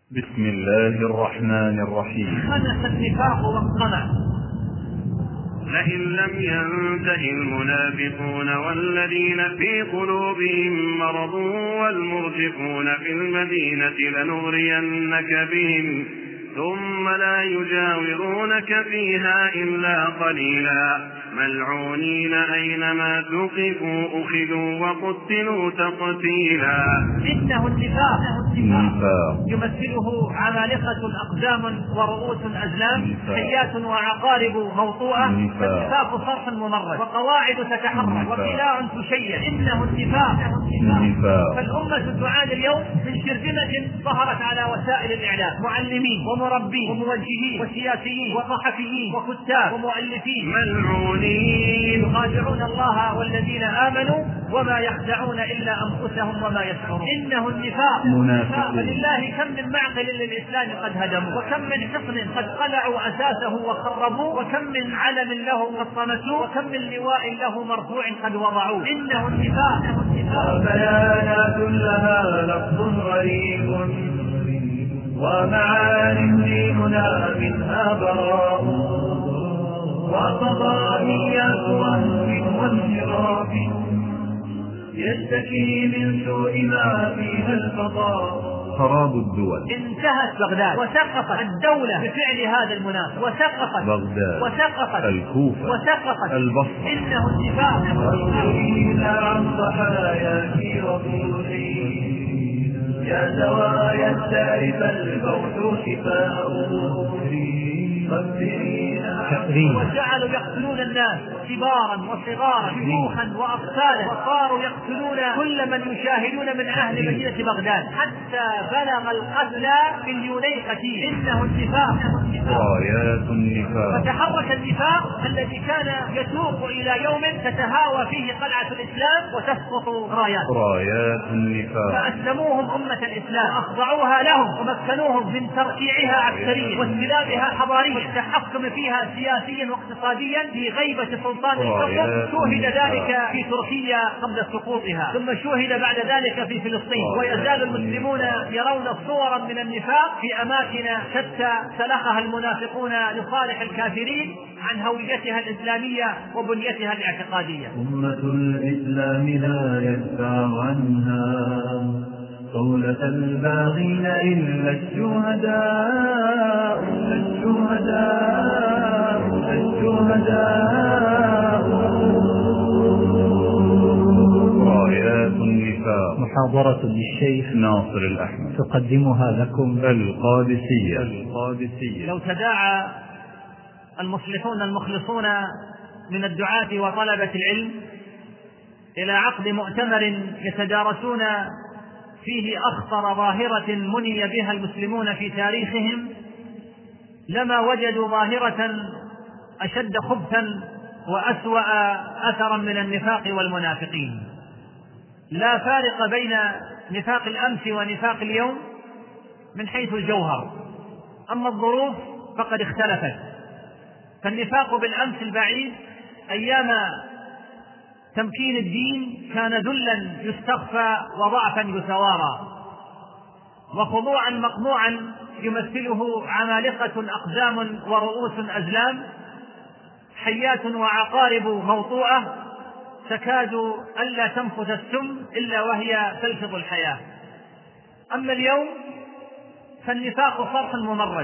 بسم الله الرحمن الرحيم. خنس النفاق والطمع. لئن لم ينته المنافقون والذين في قلوبهم مرض والمرجفون في المدينة لنغرينك بهم ثم لا يجاورونك فيها إلا قليلا ملعونين أينما ثقفوا أخذوا وقتلوا تقتيلا. إنه النفاق يمثله عمالقة أقدام ورؤوس أزلام حيات وعقارب موطوءة. فالنفاق صرح ممرد وقواعد تتحرك وقلاع تشيع. إنه النفاق. فالأمة تعاني اليوم من شرذمة ظهرت على وسائل الإعلام، معلمين ومربين وموجهين وسياسيين وصحفيين وكتاب ومؤلفين ملعونين يخادعون الله والذين آمنوا وما يخدعون إلا أنفسهم وما يشعرون. إنه النفاق. فلله كم من معقل للإسلام قد هدموا، وكم من حصن قد قلعوا أساسه وخربوا، وكم من علم له قد طمسوا، وكم من لواء له مرفوع قد وضعوه. إنه النفاق. بيانات لها لفظ غريب ومعان ديننا منها براء وقضائيات وهم وانحراف يشتكي من سوء ما فيها الفضاء. خراب الدول. انتهت بغداد وسقطت الدولة بفعل هذا المنافق، وسقطت بغداد وسقطت الكوفة وسقطت البصرة. إنه النفاق. والذين عن ضحاياك وطولي يا زوايا التعب الموت شفاء وجعلوا يقتلون الناس كبارا وصغارا شيوخا وأطفالا، وصاروا يقتلون كل من يشاهدون من أهل مدينة بغداد حتى بلغ القتل مليوني قتيل. إنه النفاق. رايات النفاق. فتحرك النفاق الذي كان يسوق إلى يوم تتهاوى فيه قلعة الإسلام وتسقط رايات النفاق. فأسلموهم أمة الإسلام، أخضعوها لهم ومكنوهم من تركيعها عسكريا واستلابها حضاريا والتحكم فيها سياسيا واقتصاديا في غيبة سلطان الحكم. شوهد ذلك في تركيا قبل سقوطها، ثم شوهد بعد ذلك في فلسطين. ويزال المسلمون يرون صورا من النفاق في أماكن شتى سلخها المنافقون لصالح الكافرين عن هويتها الإسلامية وبنيتها الاعتقادية. أمة الإسلام لا يدفع عنها قولة الباغين إلا الشهداء. رايات النفاق. محاضرة للشيخ ناصر الأحمد تقدمها لكم القادسية. لو تداعى المصلحون المخلصون من الدعاة وطلبة العلم إلى عقد مؤتمر يتدارسون فيه أخطر ظاهرة مني بها المسلمون في تاريخهم، لما وجدوا ظاهرة أشد خبثا وأسوأ أثرا من النفاق والمنافقين. لا فارق بين نفاق الأمس ونفاق اليوم من حيث الجوهر، أما الظروف فقد اختلفت. فالنفاق بالأمس البعيد أيام تمكين الدين كان ذلا يستخفى وضعفا يتوارى، وخضوعا مقموعا يمثله عمالقة أقدام ورؤوس أزلام حيات وعقارب موطوءة تكاد ألا تنفث السم إلا وهي تلفظ الحياة. أما اليوم فالنفاق صرح ممرد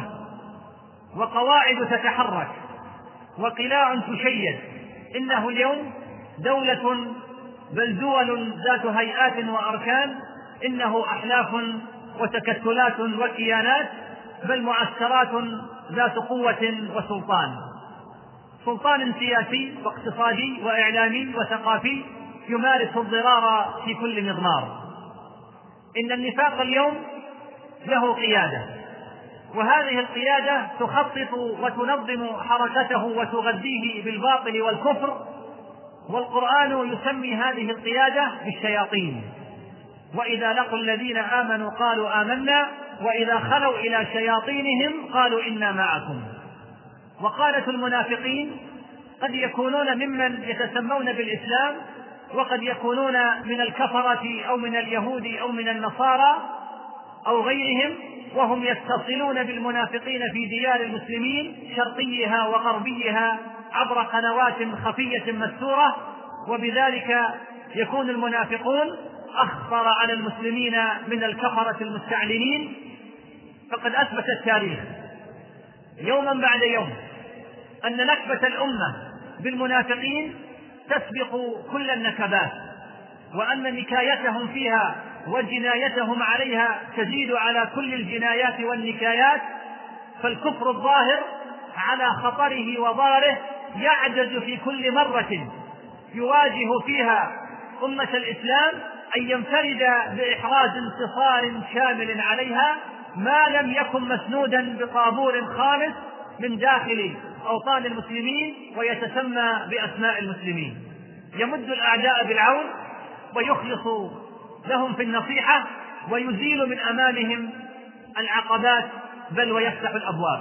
وقواعد تتحرك وقلاع تشيد. إنه اليوم دولة بل دول ذات هيئات وأركان، إنه أحلاف وتكتلات وكيانات، بل معسكرات ذات قوة وسلطان، سلطان سياسي واقتصادي وإعلامي وثقافي يمارس الضرار في كل مضمار. إن النفاق اليوم له قيادة، وهذه القيادة تخطط وتنظم حركته وتغذيه بالباطل والكفر، والقرآن يسمي هذه القيادة بالشياطين. وإذا لقوا الذين آمنوا قالوا آمنا وإذا خلوا إلى شياطينهم قالوا إنا معكم. وقالت المنافقين قد يكونون ممن يتسمون بالإسلام، وقد يكونون من الكفرة أو من اليهود أو من النصارى أو غيرهم، وهم يتصلون بالمنافقين في ديار المسلمين شرقيها وغربيها عبر قنوات خفية مستورة، وبذلك يكون المنافقون أخطر على المسلمين من الكفرة المستعلنين. فقد أثبت التاريخ يوما بعد يوم أن نكبة الأمة بالمنافقين تسبق كل النكبات، وأن نكايتهم فيها وجنايتهم عليها تزيد على كل الجنايات والنكايات. فالكفر الظاهر على خطره وضاره يعجز في كل مرة يواجه فيها أمة الإسلام أن ينفرد بإحراز انتصار شامل عليها ما لم يكن مسنودا بطابور خامس من داخل أوطان المسلمين ويتسمى بأسماء المسلمين. يمد الأعداء بالعون ويخلص لهم في النصيحة ويزيل من أمامهم العقبات بل ويفتح الأبواب.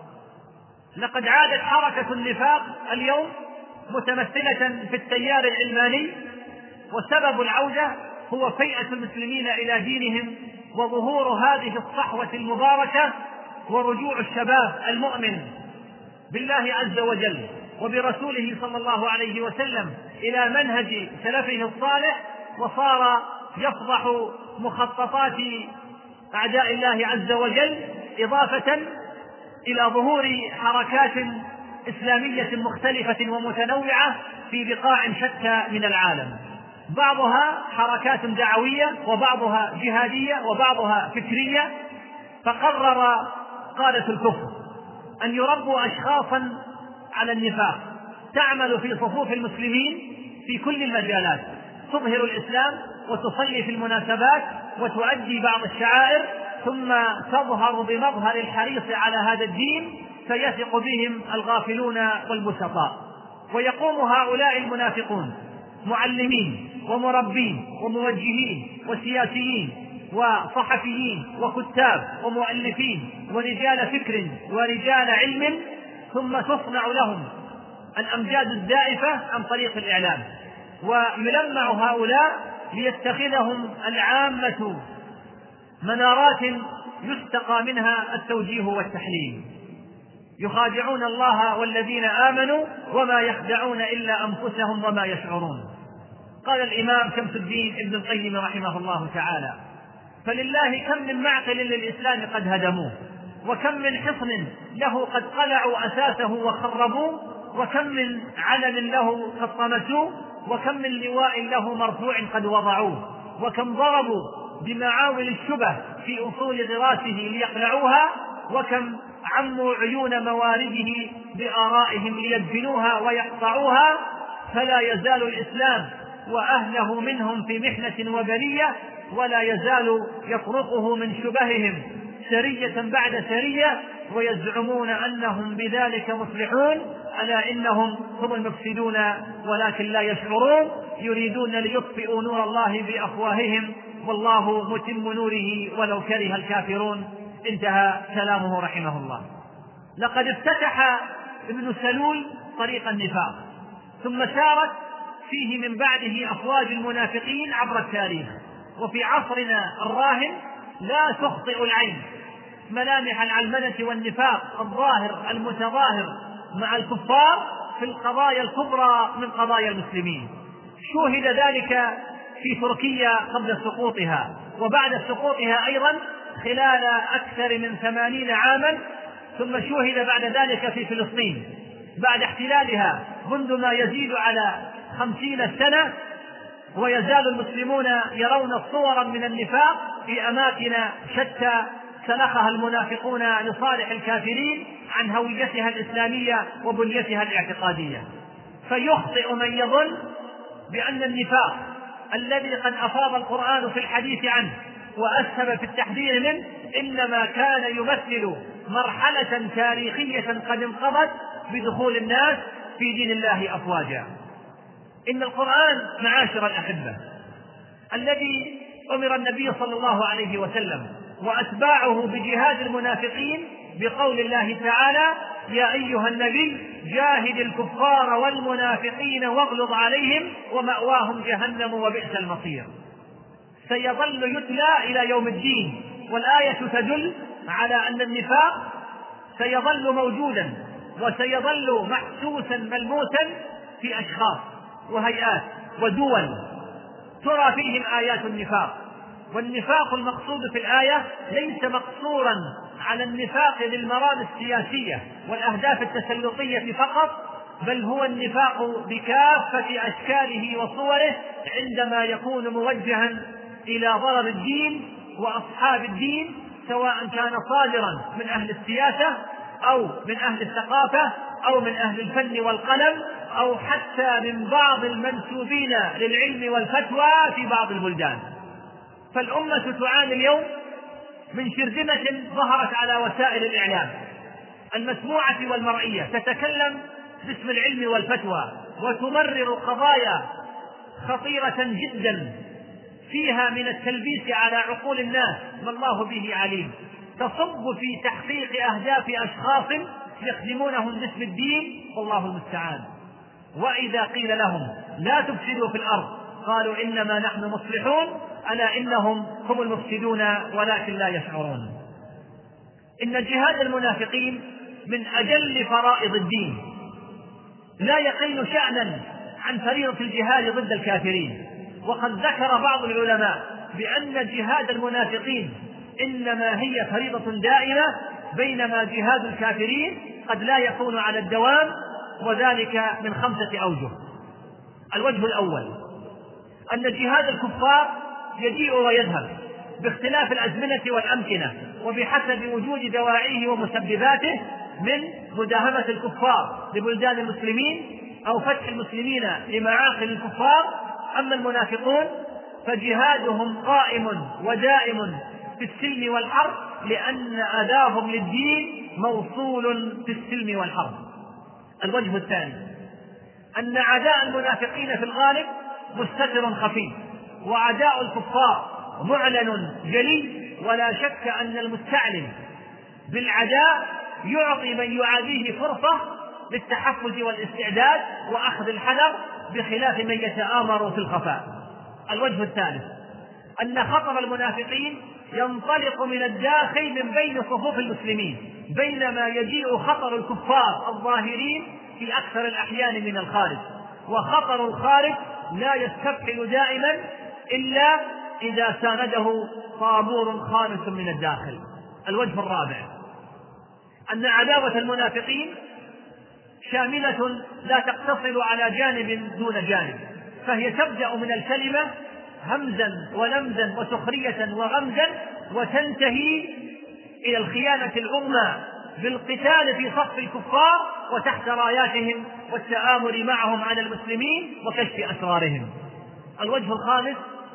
لقد عادت حركة النفاق اليوم متمثلة في التيار العلماني، وسبب العودة هو فيئة المسلمين إلى دينهم وظهور هذه الصحوة المباركة ورجوع الشباب المؤمن بالله عز وجل وبرسوله صلى الله عليه وسلم إلى منهج سلفه الصالح، وصار يفضح مخططات أعداء الله عز وجل، إضافة إلى ظهور حركات إسلامية مختلفة ومتنوعة في بقاع شتى من العالم، بعضها حركات دعوية وبعضها جهادية وبعضها فكرية. فقرر قادة الكفر أن يربوا أشخاصا على النفاق تعمل في صفوف المسلمين في كل المجالات، تظهر الإسلام وتصلي في المناسبات وتؤدي بعض الشعائر، ثم تظهر بمظهر الحريص على هذا الدين فيثق بهم الغافلون والبسطاء. ويقوم هؤلاء المنافقون معلمين ومربين وموجهين وسياسيين وصحفيين وكتاب ومؤلفين ورجال فكر ورجال علم، ثم تصنع لهم الأمجاد الزائفة عن طريق الإعلام، ويلمع هؤلاء ليتخذهم العامة منارات يستقى منها التوجيه والتحليل. يخادعون الله والذين آمنوا وما يخدعون إلا أنفسهم وما يشعرون. قال الإمام شمس الدين ابن القيم رحمه الله تعالى: فلله كم من معقل للإسلام قد هدموه، وكم من حصن له قد قلعوا أساسه وخربوه، وكم من علم له قد طمسوه، وكم من لواء له مرفوع قد وضعوه، وكم ضربوا بمعاول الشبه في أصول دراسه ليقلعوها، وكم عموا عيون موارده بآرائهم ليدفنوها ويقطعوها. فلا يزال الإسلام وأهله منهم في محنة وبلية، ولا يزال يطرقه من شبههم سرية بعد سرية، ويزعمون أنهم بذلك مصلحون، ألا إنهم هم المفسدون ولكن لا يشعرون، يريدون ليطفئوا نور الله بأفواههم والله متم نوره ولو كره الكافرون. انتهى كلامه رحمه الله. لقد افتتح ابن سلول طريق النفاق، ثم سارت فيه من بعده أفواج المنافقين عبر التاريخ، وفي عصرنا الراهن لا تخطئ العين ملامح العلمنة والنفاق الظاهر المتظاهر مع الكفار في القضايا الكبرى من قضايا المسلمين. شوهد ذلك في تركيا قبل سقوطها، وبعد سقوطها أيضا خلال أكثر من 80 عاما، ثم شوهد بعد ذلك في فلسطين بعد احتلالها منذ ما يزيد على 50 سنة، ويزال المسلمون يرون صورا من النفاق في أماكن شتى سلخها المنافقون لصالح الكافرين عن هويتها الإسلامية وبنيتها الاعتقادية. فيخطئ من يظن بأن النفاق الذي قد أفاض القرآن في الحديث عنه وأسهب في التحذير منه إنما كان يمثل مرحلة تاريخية قد انقضت بدخول الناس في دين الله أفواجا. إن القرآن معاشر الأحبة الذي أمر النبي صلى الله عليه وسلم وأتباعه بجهاد المنافقين بقول الله تعالى: يا أيها النبي جاهد الكفار والمنافقين واغلظ عليهم ومأواهم جهنم وبئس المصير. سيظل يتلى إلى يوم الدين، والآية تدل على أن النفاق سيظل موجودا وسيظل محسوسا ملموسا في أشخاص وهيئات ودول ترى فيهم آيات النفاق. والنفاق المقصود في الآية ليس مقصورا على النفاق للمرام السياسية والأهداف التسلطية فقط، بل هو النفاق بكافة أشكاله وصوره عندما يكون موجها إلى ضرر الدين وأصحاب الدين، سواء كان صادرا من أهل السياسة أو من أهل الثقافة أو من أهل الفن والقلم أو حتى من بعض المنسوبين للعلم والفتوى في بعض البلدان. فالأمة تعاني اليوم من شرذمة ظهرت على وسائل الإعلام المسموعة والمرئية، تتكلم باسم العلم والفتوى وتمرر قضايا خطيرة جدا فيها من التلبيس على عقول الناس ما الله به عليم، تصب في تحقيق أهداف أشخاص يخدمونهم باسم الدين والله المستعان. وإذا قيل لهم لا تفسدوا في الأرض قالوا إنما نحن مصلحون، ألا إنهم هم المفسدون ولكن لا يشعرون. إن جهاد المنافقين من أجل فرائض الدين، لا يقل شأنا عن فريضة الجهاد ضد الكافرين. وقد ذكر بعض العلماء بأن جهاد المنافقين إنما هي فريضة دائمة، بينما جهاد الكافرين قد لا يكون على الدوام، وذلك من 5 أوجه. الوجه الأول أن جهاد الكفار يجيء ويذهب باختلاف الأزمنة والأمكنة وبحسب وجود دواعيه ومسبباته، من مداهمة الكفار لبلدان المسلمين أو فتح المسلمين لمعاقل الكفار. أما المنافقون فجهادهم قائم ودائم في السلم والحرب، لأن أداهم للدين موصول في السلم والحرب. الوجه الثاني أن عداء المنافقين في الغالب مستتر خفي، وعداء الكفار معلن جلي، ولا شك أن المستعلن بالعداء يعطي من يعاديه فرصة للتحفز والاستعداد وأخذ الحذر، بخلاف من يتآمر في الخفاء. الوجه الثالث أن خطر المنافقين ينطلق من الداخل من بين صفوف المسلمين، بينما يجيء خطر الكفار الظاهرين في أكثر الأحيان من الخارج. وخطر الخارج لا يستفحل دائما إلا إذا سانده طابور خامس من الداخل. الوجه الرابع أن عداوة المنافقين شاملة لا تقتصر على جانب دون جانب، فهي تبدأ من الكلمة همزا ولمزا وسخرية وغمزا، وتنتهي إلى الخيانة العظمى بالقتال في صف الكفار وتحت راياتهم والتآمر معهم على المسلمين وكشف أسرارهم. الوجه الخامس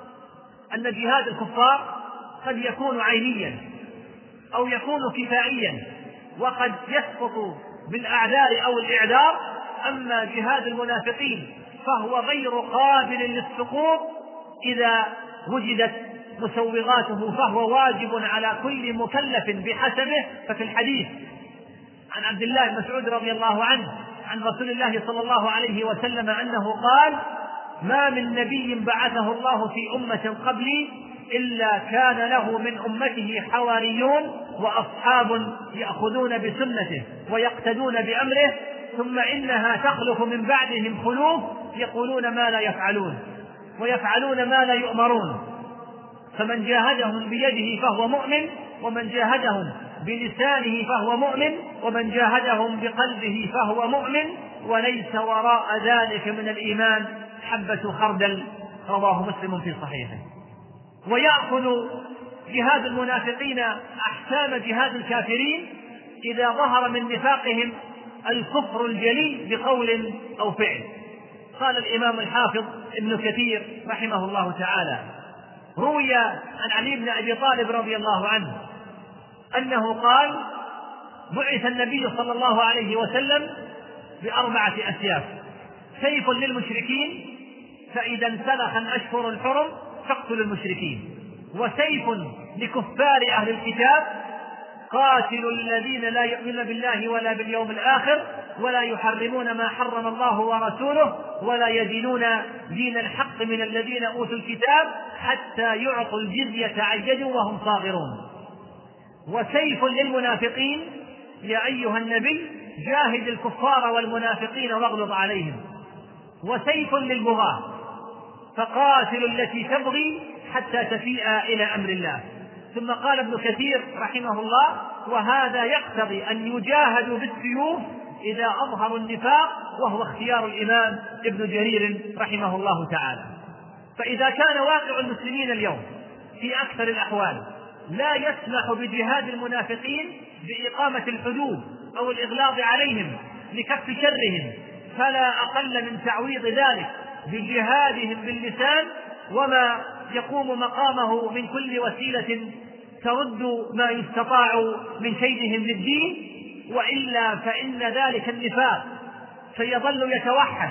أن جهاد الكفار قد يكون عينيا أو يكون كفائيا، وقد يسقط بالأعذار أو الإعذار. أما جهاد المنافقين فهو غير قابل للسقوط إذا وجدت مسوغاته، فهو واجب على كل مكلف بحسبه. ففي الحديث عن عبد الله بن مسعود رضي الله عنه عن رسول الله صلى الله عليه وسلم أنه قال: ما من نبي بعثه الله في أمة قبلي إلا كان له من أمته حواريون وأصحاب يأخذون بسنته ويقتدون بأمره، ثم إنها تخلف من بعدهم خلوف يقولون ما لا يفعلون ويفعلون ما لا يؤمرون، فمن جاهدهم بيده فهو مؤمن، ومن جاهدهم بلسانه فهو مؤمن، ومن جاهدهم بقلبه فهو مؤمن، وليس وراء ذلك من الإيمان حبة خردل. رواه مسلم في صحيحه. ويأخذ جهاد المنافقين أحكام جهاد الكافرين إذا ظهر من نفاقهم الكفر الجلي بقول أو فعل. قال الإمام الحافظ ابن كثير رحمه الله تعالى: روي عن علي بن أبي طالب رضي الله عنه أنه قال: بعث النبي صلى الله عليه وسلم ب4 أسياف: سيف للمشركين فإذا انسلخ الأشهر الحرم فاقتلوا المشركين، وسيف لكفار أهل الكتاب: قاتلوا الذين لا يؤمنون بالله ولا باليوم الآخر ولا يحرمون ما حرم الله ورسوله ولا يدينون دين الحق من الذين أوتوا الكتاب حتى يعطوا الجزية عن يد وهم صاغرون. وسيف للمنافقين يا أيها النبي جاهد الكفار والمنافقين واغلظ عليهم، وسيف للبغاة فقاتلوا التي تبغي حتى تفيء إلى أمر الله. ثم قال ابن كثير رحمه الله: وهذا يقتضي أن يجاهدوا بالسيوف إذا أظهروا النفاق، وهو اختيار الإمام ابن جرير رحمه الله تعالى. فإذا كان واقع المسلمين اليوم في أكثر الأحوال لا يسمح بجهاد المنافقين بإقامة الحدود أو الإغلاظ عليهم لكف شرهم، فلا أقل من تعويض ذلك بجهادهم باللسان وما يقوم مقامه من كل وسيلة ترد ما يستطاع من كيدهم للدين، وإلا فإن ذلك النفاق سيظل يتوحش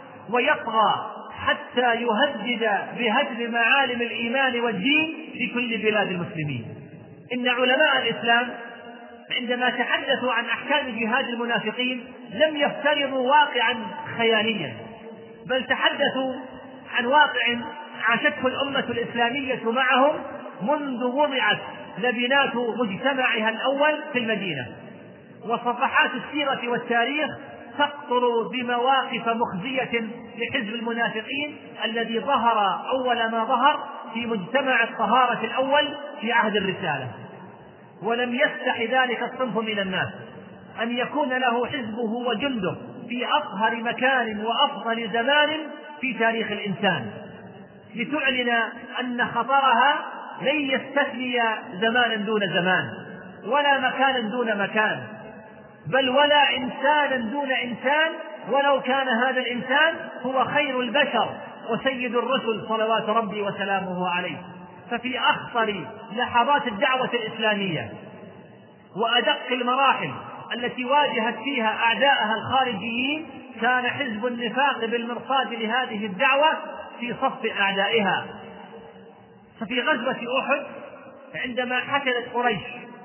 ويطغى حتى يهدد بهدم معالم الإيمان والدين في كل بلاد المسلمين. إن علماء الإسلام عندما تحدثوا عن أحكام جهاد المنافقين لم يفترضوا واقعا خياليا، بل تحدثوا عن واقع عاشته الأمة الإسلامية معهم منذ وضعت لبنات مجتمعها الأول في المدينة. وصفحات السيرة والتاريخ تقطر بمواقف مخزية لحزب المنافقين الذي ظهر أول ما ظهر في مجتمع الطهارة الأول في عهد الرسالة. ولم يستح ذلك الصنف من الناس أن يكون له حزبه وجنده في أطهر مكان وأفضل زمان في تاريخ الإنسان، لتعلن أن خطرها لن يستثني زمانا دون زمان، ولا مكانا دون مكان، بل ولا إنسانا دون إنسان، ولو كان هذا الإنسان هو خير البشر وسيد الرسل صلوات ربي وسلامه عليه. ففي أخطر لحظات الدعوة الإسلامية وأدق المراحل التي واجهت فيها أعداءها الخارجيين كان حزب النفاق بالمرصاد لهذه الدعوة في صف أعدائها. ففي غزوة أحد عندما حشدت قريش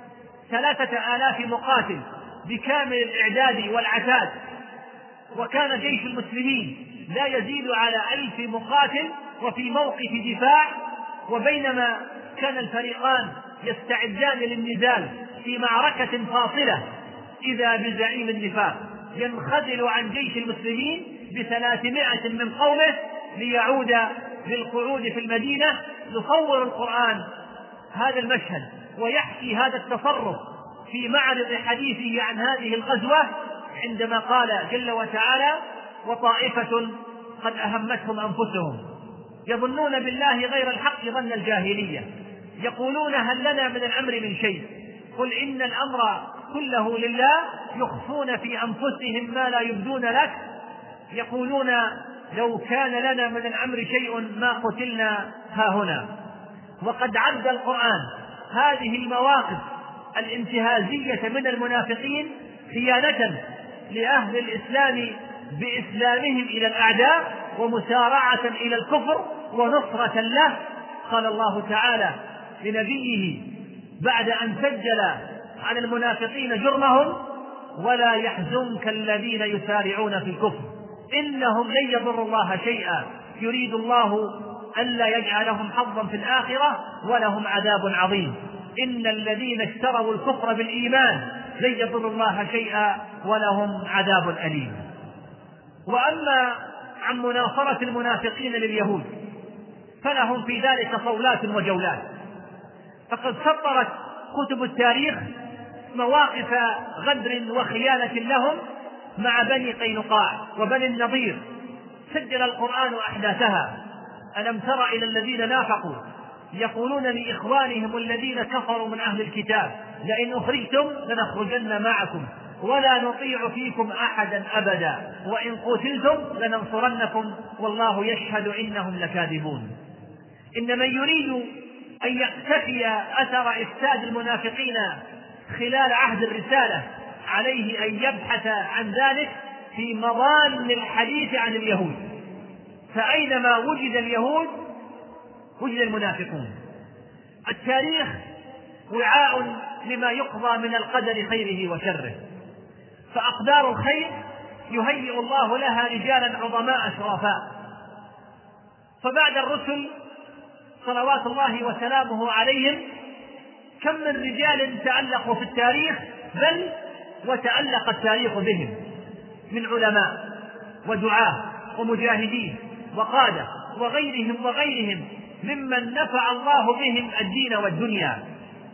3000 مقاتل بكامل الإعداد والعتاد، وكان جيش المسلمين لا يزيد على 1000 مقاتل وفي موقف دفاع، وبينما كان الفريقان يستعدان للنزال في معركة فاصلة إذا بزعيم النفاق ينخذل عن جيش المسلمين ب300 من قومه ليعود للقعود في المدينة. يصور القرآن هذا المشهد ويحكي هذا التصرف في معرض حديثه عن هذه الغزوة عندما قال جل وتعالى: وطائفة قد أهمتهم أنفسهم يظنون بالله غير الحق ظن الجاهلية يقولون هل لنا من الأمر من شيء قل إن الأمر كله لله يخفون في أنفسهم ما لا يبدون لك يقولون لو كان لنا من الأمر شيء ما قتلنا هاهنا. وقد عد القرآن هذه المواقف الانتهازية من المنافقين خيانة لأهل الإسلام بإسلامهم إلى الأعداء ومسارعة إلى الكفر ونصرة له. قال الله تعالى لنبيه بعد أن سجل على المنافقين جرمهم: ولا يحزنك الذين يسارعون في الكفر إنهم لن يضروا الله شيئا يريد الله ألا يجعلهم حظا في الآخرة ولهم عذاب عظيم إن الذين اشتروا الكفر بالإيمان لن يضروا الله شيئا ولهم عذاب أليم. وأما عن مناصرة المنافقين لليهود فلهم في ذلك صولات وجولات، فقد سطرت كتب التاريخ مواقف غدر وخيانة لهم مع بني قينقاع وبني النضير، سجل القرآن أحداثها: ألم تر إلى الذين نافقوا يقولون لإخوانهم الذين كفروا من أهل الكتاب لئن أخرجتم لنخرجن معكم ولا نطيع فيكم أحدا أبدا وإن قتلتم لننصرنكم والله يشهد إنهم لكاذبون. إن من يريد أن يقتفي أثر إفساد المنافقين خلال عهد الرسالة عليه أن يبحث عن ذلك في مظان الحديث عن اليهود، فأينما وجد اليهود وجد المنافقون. التاريخ وعاء لما يقضى من القدر خيره وشره، فأقدار الخير يهيئ الله لها رجالا عظماء شرفاء. فبعد الرسل صلوات الله وسلامه عليهم كم من رجال تألقوا في التاريخ، بل وتألق التاريخ بهم من علماء ودعاة ومجاهدين وقادة وغيرهم ممن نفع الله بهم الدين والدنيا.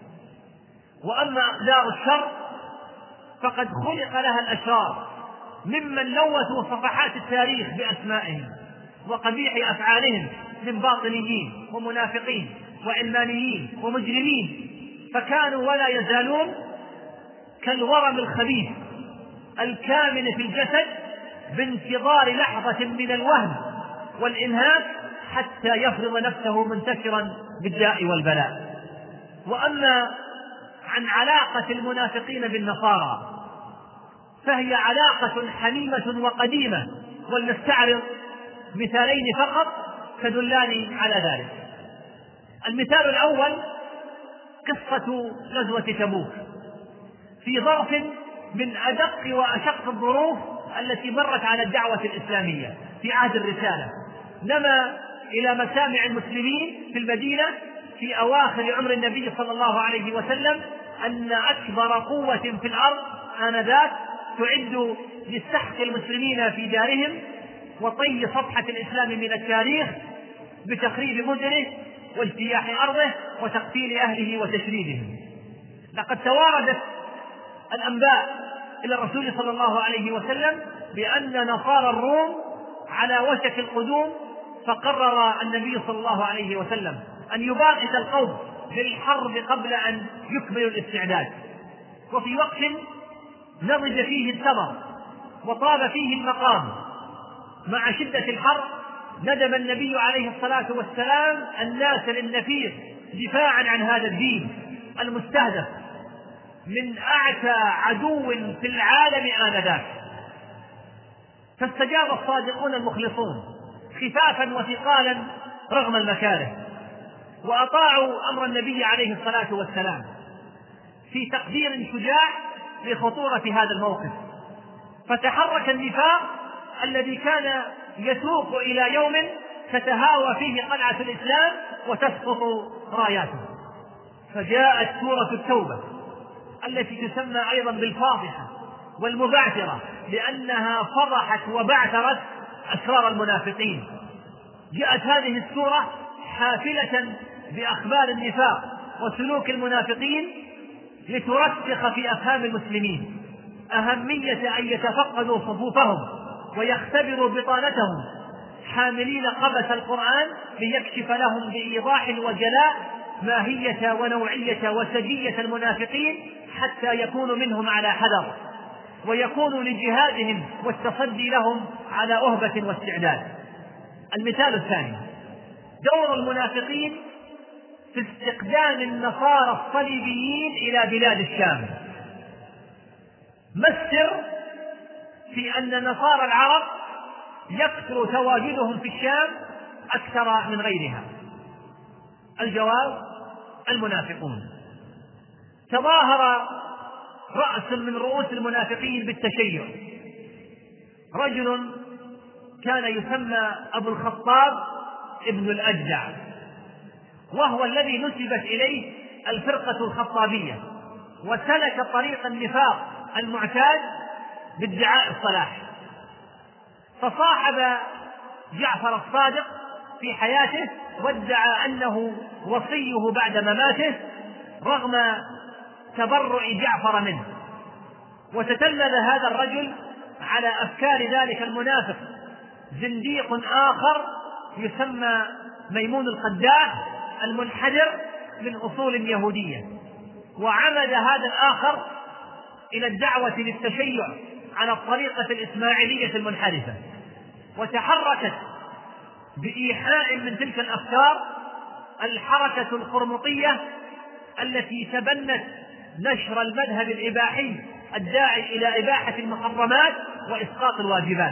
وأما أقدار الشر فقد خلق لها الأشرار ممن لوثوا صفحات التاريخ بأسمائهم وقبيح أفعالهم من باطنيين ومنافقين وعلمانيين ومجرمين، فكانوا ولا يزالون كالورم الخبيث الكامن في الجسد بانتظار لحظة من الوهم والإنهاك حتى يفرض نفسه منتشرا بالداء والبلاء. وأما عن علاقة المنافقين بالنصارى فهي علاقة حميمة وقديمة، ولنستعرض مثالين فقط تدلان على ذلك. المثال الأول قصة غزوة تبوك، في ظرف من أدق وأشق الظروف التي مرت على الدعوة الإسلامية في عهد الرسالة، نما إلى مسامع المسلمين في المدينة في أواخر عمر النبي صلى الله عليه وسلم أن أكبر قوة في الأرض آنذاك تعد لسحق المسلمين في دارهم وطي صفحة الإسلام من التاريخ بتخريب مدنه واجتياح أرضه وتقتيل أهله وتشريدهم. لقد تواردت الأنباء إلى الرسول صلى الله عليه وسلم بأن نصارى الروم على وشك القدوم، فقرر النبي صلى الله عليه وسلم أن يباغت القوم بالحرب قبل أن يكملوا الاستعداد. وفي وقت نضج فيه الثمر وطاب فيه المقام مع شدة الحر ندب النبي عليه الصلاة والسلام الناس للنفير دفاعا عن هذا الدين المستهدف من أعتى عدو في العالم آنذاك. فاستجاب الصادقون المخلصون خفافا وثقالا رغم المكاره، وأطاعوا أمر النبي عليه الصلاة والسلام في تقدير شجاع لخطورة هذا الموقف. فتحرك النفاق الذي كان يسوق إلى يوم تتهاوى فيه قلعة الإسلام وتسقط راياته، فجاءت سورة التوبة التي تسمى أيضا بالفاضحة والمبعثرة لأنها فضحت وبعثرت أسرار المنافقين. جاءت هذه السورة حافلة بأخبار النفاق وسلوك المنافقين لترسخ في أفهام المسلمين أهمية أن يتفقدوا صفوفهم ويختبروا بطانتهم حاملين قبس القرآن ليكشف لهم بإيضاح وجلاء ماهية ونوعية وسجية المنافقين حتى يكونوا منهم على حذر ويكونوا لجهادهم والتصدي لهم على أهبة واستعداد. المثال الثاني دور المنافقين في استقدام النصارى الصليبيين إلى بلاد الشام. ما السر في أن نصارى العرب يكثر تواجدهم في الشام أكثر من غيرها؟ الجواب المنافقون. تظاهر رأس من رؤوس المنافقين بالتشيع، رجل كان يسمى أبو الخطاب ابن الأجدع، وهو الذي نسبت إليه الفرقة الخطابية، وسلك طريق النفاق المعتاد بادعاء الصلاح، فصاحب جعفر الصادق في حياته وادعى أنه وصيه بعد مماته رغم تبرع جعفر منه. وتتلذ هذا الرجل على أفكار ذلك المنافق زنديق آخر يسمى ميمون القداح المنحدر من أصول يهودية، وعمد هذا الآخر إلى الدعوة للتشيع على الطريقة الإسماعيلية المنحرفة، وتحركت بإيحاء من تلك الأفكار الحركة القرمطية التي تبنت نشر المذهب الإباحي الداعي إلى إباحة المحرمات وإسقاط الواجبات.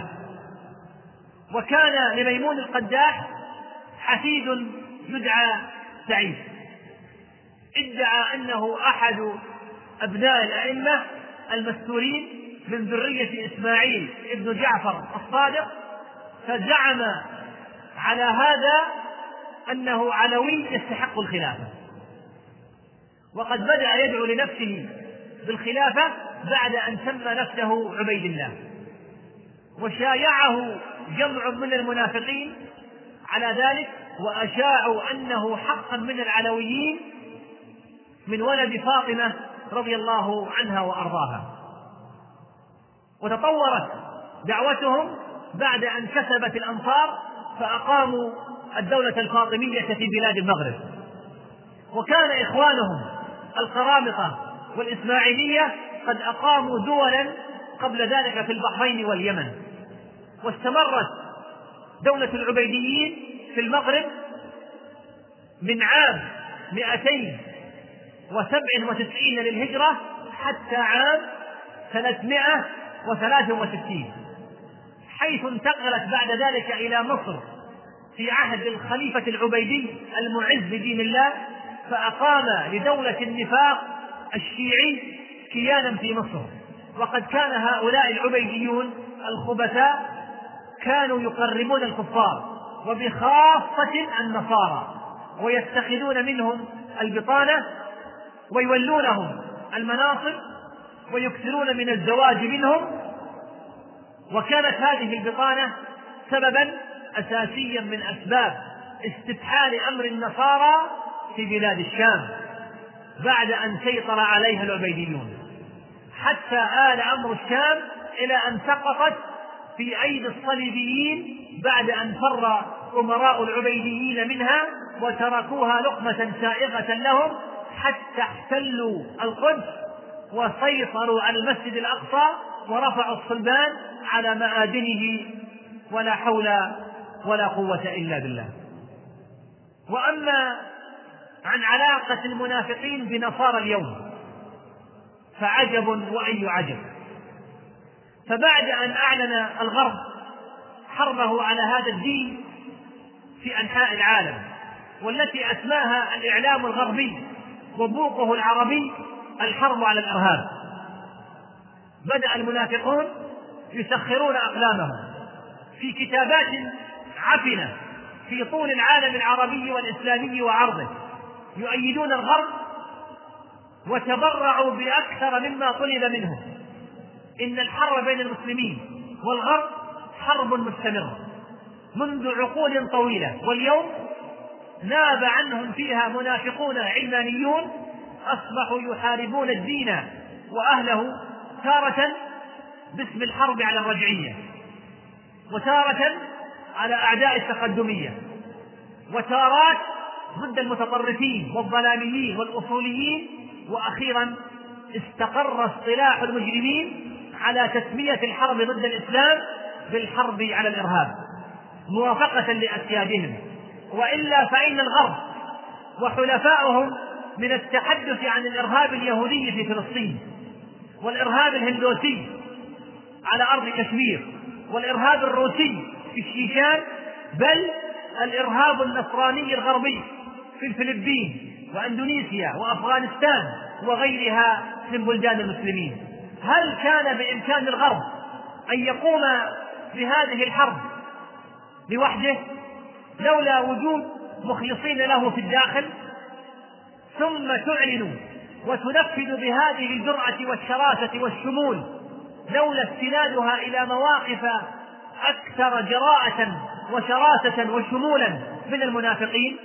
وكان لميمون القداح حفيد يدعى سعيد، ادعى أنه أحد أبناء الأئمة المستورين من ذرية إسماعيل ابن جعفر الصادق، فزعم على هذا أنه علوي يستحق الخلافة. وقد بدأ يدعو لنفسه بالخلافة بعد أن سمى نفسه عبيد الله. وشايعه جمع من المنافقين على ذلك، وأشاعوا أنه حقا من العلويين من ولد فاطمة رضي الله عنها وأرضاها. وتطورت دعوتهم بعد أن كسبت الأنصار فأقاموا الدولة الفاطمية في بلاد المغرب. وكان إخوانهم القرامطة والإسماعيلية قد أقاموا دولا قبل ذلك في البحرين واليمن. واستمرت دولة العبيديين في المغرب من عام 297 للهجرة حتى عام 363، حيث انتقلت بعد ذلك إلى مصر في عهد الخليفة العبيدي المعز بدين الله، فأقام لدولة النفاق الشيعي كيانا في مصر. وقد كان هؤلاء العبيديون الخبثاء كانوا يقربون الكفار وبخاصة النصارى، ويتخذون منهم البطانة ويولونهم المناصب ويكثرون من الزواج منهم. وكانت هذه البطانة سببا أساسيا من أسباب استفحال أمر النصارى في بلاد الشام بعد أن سيطر عليها العبيديون، حتى آل أمر الشام إلى أن سقطت في أيدي الصليبيين بعد أن فر أمراء العبيديين منها وتركوها لقمة سائغة لهم، حتى احتلوا القدس وسيطروا على المسجد الأقصى ورفعوا الصلبان على مآذنه، ولا حول ولا قوة إلا بالله. وأما عن علاقة المنافقين بنصارى اليوم فعجب وأي عجب. فبعد أن أعلن الغرب حربه على هذا الدين في أنحاء العالم، والتي أسماها الإعلام الغربي وبوقه العربي الحرب على الإرهاب، بدأ المنافقون يسخرون أقلامهم في كتابات عفنة في طول العالم العربي والإسلامي وعرضه، يؤيدون الغرب وتبرعوا بأكثر مما طلب منهم. إن الحرب بين المسلمين والغرب حرب مستمرة منذ عقود طويلة، واليوم ناب عنهم فيها منافقون علمانيون أصبحوا يحاربون الدين وأهله، تارة باسم الحرب على الرجعية، وتارة على أعداء التقدمية، وتارات ضد المتطرفين والظلاميين والأصوليين، وأخيرا استقر اصطلاح المجرمين على تسمية الحرب ضد الإسلام بالحرب على الإرهاب موافقة لأسيادهم. وإلا فإن الغرب وحلفائهم من التحدث عن الإرهاب اليهودي في فلسطين، والإرهاب الهندوسي على أرض كشمير، والإرهاب الروسي في الشيشان، بل الإرهاب النصراني الغربي في الفلبين وأندونيسيا وأفغانستان وغيرها من بلدان المسلمين. هل كان بإمكان الغرب أن يقوم بهذه الحرب لوحده لولا وجود مخلصين له في الداخل، ثم تعلن وتنفذ بهذه الجرأة والشراسة والشمول لولا استنادها إلى مواقف أكثر جراءة وشراسة وشمولا من المنافقين؟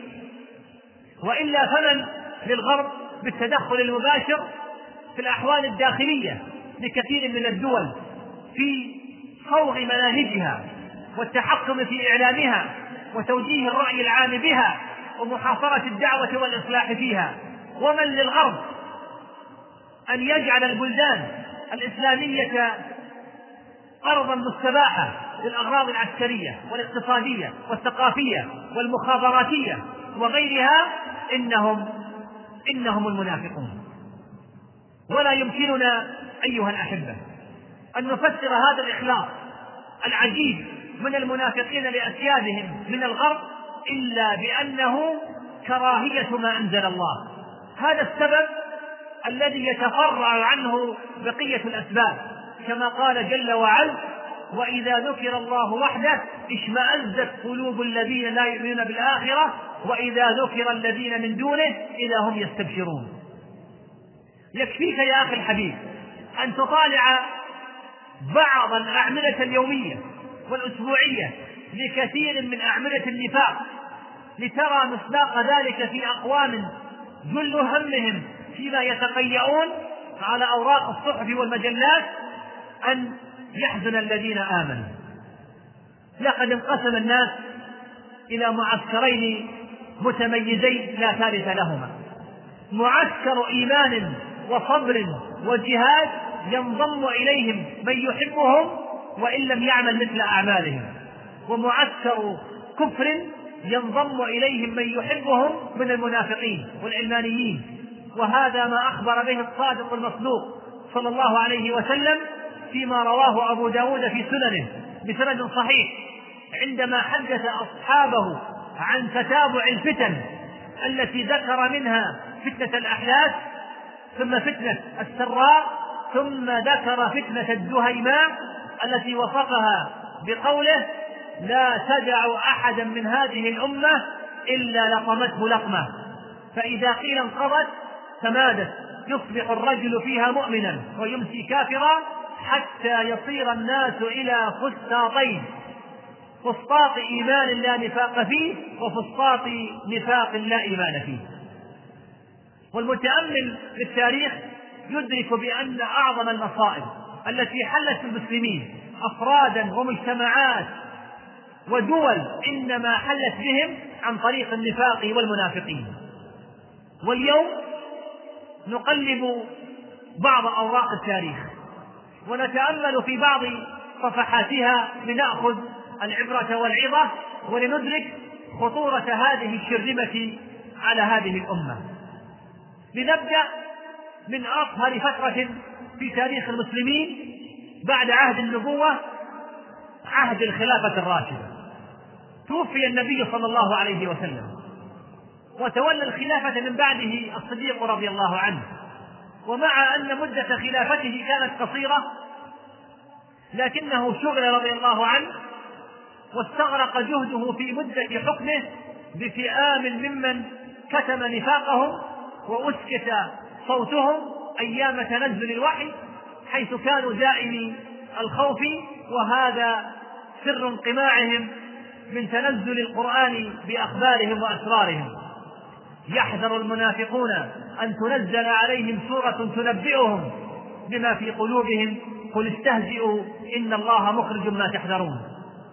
وإلا فمن للغرب بالتدخل المباشر في الأحوال الداخلية لكثير من الدول في صوغ مناهجها والتحكم في إعلامها وتوجيه الرأي العام بها ومحاصرة الدعوة والإصلاح فيها؟ ومن للغرب أن يجعل البلدان الإسلامية أرضا مستباحة للأغراض العسكرية والاقتصادية والثقافية والمخابراتية وغيرها؟ إنهم المنافقون. ولا يمكننا أيها الأحبة أن نفسر هذا الإخلاص العجيب من المنافقين لأسيادهم من الغرب إلا بأنه كراهية ما أنزل الله. هذا السبب الذي يتفرع عنه بقية الأسباب، كما قال جل وعلا: وإذا ذكر الله وحده اشمأزت قلوب الذين لا يؤمنون بالآخرة وإذا ذكر الذين من دونه إذا هم يستبشرون. يكفيك يا أخي الحبيب أن تطالع بعض الأعمدة اليومية والأسبوعية لكثير من أعمدة النفاق لترى مصداق ذلك في أقوام جل همهم فيما يتقيؤون على أوراق الصحف والمجلات أن يحزن الذين آمنوا. لقد انقسم الناس إلى معسكرين متميزين لا ثالث لهما: معسكر إيمان وصبر وجهاد ينضم إليهم من يحبهم وإن لم يعمل مثل أعمالهم، ومعسكر كفر ينضم إليهم من يحبهم من المنافقين والعلمانيين. وهذا ما أخبر به الصادق المصدوق صلى الله عليه وسلم فيما رواه أبو داود في سننه بسند صحيح عندما حدث أصحابه عن تتابع الفتن التي ذكر منها فتنة الأحداث، ثم فتنة السراء، ثم ذكر فتنة الدهيماء التي وصفها بقوله: لا تدع أحدا من هذه الأمة إلا لطمته لطمة، فإذا قيل انقضت تمادت، يصبح الرجل فيها مؤمنا ويمسي كافرا حتى يصير الناس إلى فسطاطين: فسطاط إيمان لا نفاق فيه، وفسطاط نفاق لا إيمان فيه. والمتأمل في التاريخ يدرك بأن أعظم المصائب التي حلت المسلمين أفرادا ومجتمعات ودول إنما حلت بهم عن طريق النفاق والمنافقين. واليوم نقلب بعض أوراق التاريخ ونتأمل في بعض صفحاتها لنأخذ العبرة والعظة ولندرك خطورة هذه الشرذمة على هذه الأمة. لنبدأ من أطهر فترة في تاريخ المسلمين بعد عهد النبوة، عهد الخلافة الراشدة. توفي النبي صلى الله عليه وسلم وتولى الخلافة من بعده الصديق رضي الله عنه، ومع أن مدة خلافته كانت قصيرة لكنه شغل رضي الله عنه واستغرق جهده في مدة حكمه بفئام ممن كتم نفاقهم وأسكت صوتهم أيام تنزل الوحي، حيث كانوا دائمي الخوف، وهذا سر انقماعهم من تنزل القرآن بأخبارهم وأسرارهم. يحذر المنافقون أن تنزل عليهم سورة تنبئهم بما في قلوبهم، قل استهزئوا إن الله مخرج ما تحذرون.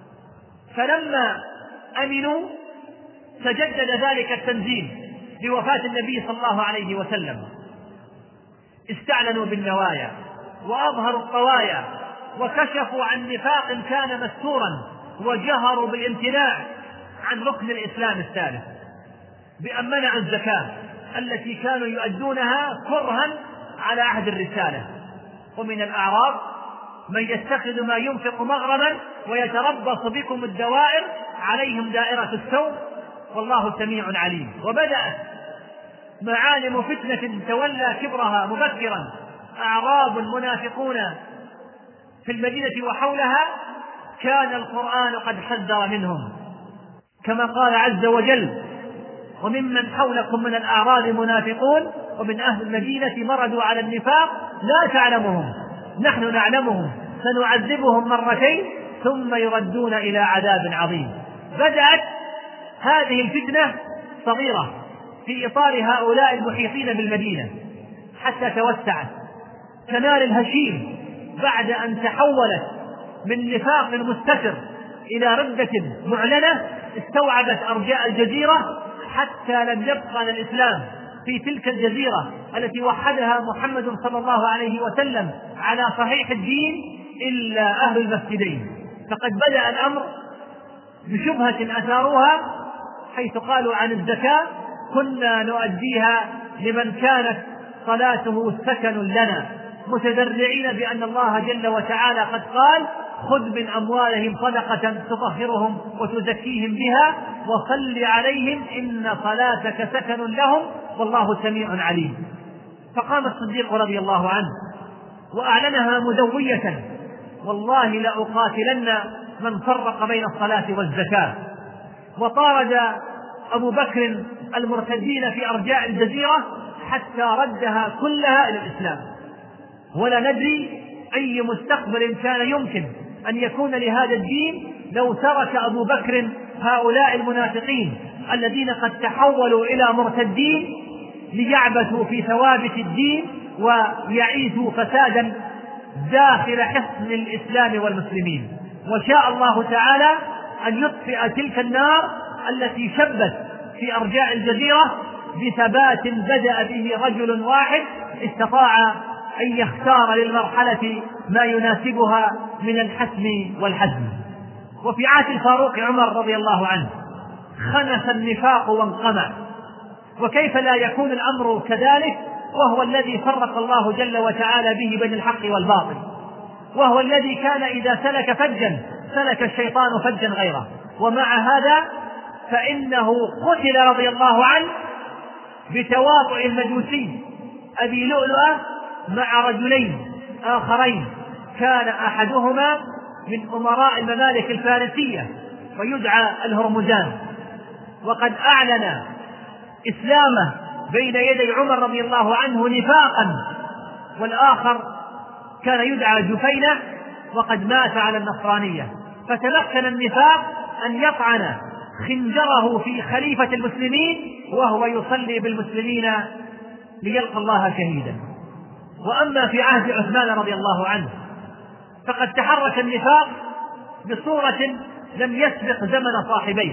فلما أمنوا تجدد ذلك التنزيل بوفاة النبي صلى الله عليه وسلم، استعلنوا بالنوايا وأظهروا الطوايا وكشفوا عن نفاق كان مستورا، وجهروا بالامتناع عن ركن الإسلام الثالث بأن منعوا الزكاة التي كانوا يؤدونها كرها على عهد الرسالة. ومن الأعراب من يتخذ ما ينفق مغرما ويتربص بكم الدوائر عليهم دائرة السوء والله سميع عليم. وبدأت معالم فتنة تولى كبرها مبكرا أعراب منافقون في المدينة وحولها كان القرآن قد حذر منهم، كما قال عز وجل: وممن حولكم من الأعراب منافقون ومن أهل المدينة مردوا على النفاق لا تعلمهم نحن نعلمهم سنعذبهم مرتين ثم يردون إلى عذاب عظيم. بدأت هذه الفتنة صغيرة في إطار هؤلاء المحيطين بالمدينة حتى توسعت كنار الهشيم بعد أن تحولت من نفاق مستتر إلى ردة معلنة استوعبت أرجاء الجزيرة، حتى لم يبقى للإسلام في تلك الجزيرة التي وحدها محمد صلى الله عليه وسلم على صحيح الدين إلا أهل المسجدين. فقد بدأ الأمر بشبهة أثاروها، حيث قالوا عن الزكاة: كنا نؤديها لمن كانت صلاته سكن لنا، متذرعين بأن الله جل وتعالى قد قال: خذ من أموالهم صدقة تطهرهم وتزكيهم بها وصل عليهم إن صلاتك سكن لهم والله سميع عليم. فقام الصديق رضي الله عنه وأعلنها مدوية: والله لأقاتلن من فرق بين الصلاة والزكاة. وطارد أبو بكر المرتدين في أرجاء الجزيرة حتى ردها كلها إلى الإسلام. ولا ندري أي مستقبل كان يمكن أن يكون لهذا الدين لو ترك أبو بكر هؤلاء المنافقين الذين قد تحولوا إلى مرتدين ليعبثوا في ثوابت الدين ويعيثوا فسادا داخل حصن الإسلام والمسلمين. وشاء الله تعالى أن يطفئ تلك النار التي شبت في أرجاء الجزيرة بثبات بدأ به رجل واحد استطاع أن يختار للمرحلة ما يناسبها من الحسم والحزم. وفي عهد الفاروق عمر رضي الله عنه خنس النفاق وانقمع، وكيف لا يكون الأمر كذلك وهو الذي فرق الله جل وتعالى به بين الحق والباطل، وهو الذي كان إذا سلك فجا سلك الشيطان فجا غيره. ومع هذا فإنه قتل رضي الله عنه بتواطؤ المجوسي أبي لؤلؤة مع رجلين آخرين، كان أحدهما من أمراء الممالك الفارسية ويدعى الهرمزان، وقد أعلن إسلامه بين يدي عمر رضي الله عنه نفاقا، والآخر كان يدعى جفينة وقد مات على النصرانية. فتمكن النفاق أن يطعن خنجره في خليفة المسلمين وهو يصلي بالمسلمين ليلقى الله شهيدا. وأما في عهد عثمان رضي الله عنه فقد تحرك النفاق بصورة لم يسبق زمن صاحبيه.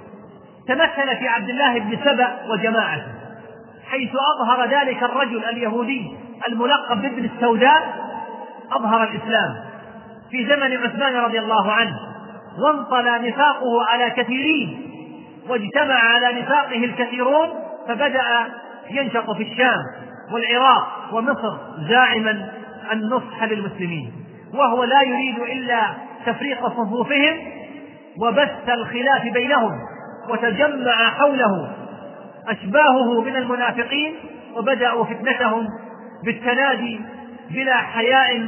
تمثل في عبد الله بن سبأ وجماعته، حيث أظهر ذلك الرجل اليهودي الملقب بابن السوداء أظهر الإسلام في زمن عثمان رضي الله عنه، وانطلى نفاقه على كثيرين واجتمع على نفاقه الكثيرون، فبدأ ينشط في الشام والعراق ومصر زاعما النصح للمسلمين، وهو لا يريد إلا تفريق صفوفهم وبث الخلاف بينهم، وتجمع حوله أشباهه من المنافقين وبدأوا فتنتهم بالتنادي بلا حياء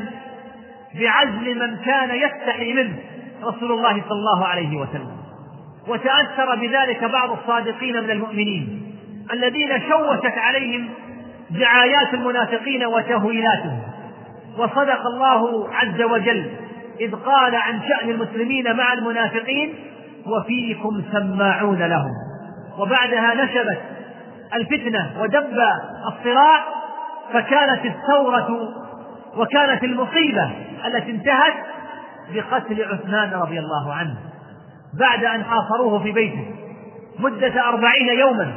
بعزل من كان يستحي منه رسول الله صلى الله عليه وسلم. وتأثر بذلك بعض الصادقين من المؤمنين الذين شوشت عليهم دعايات المنافقين وتهويلاتهم. وصدق الله عز وجل إذ قال عن شأن المسلمين مع المنافقين وفيكم سماعون لهم. وبعدها نشبت الفتنة ودب الصراع، فكانت الثورة وكانت المصيبة التي انتهت بقتل عثمان رضي الله عنه بعد أن حاصروه في بيته مدة 40 يوما،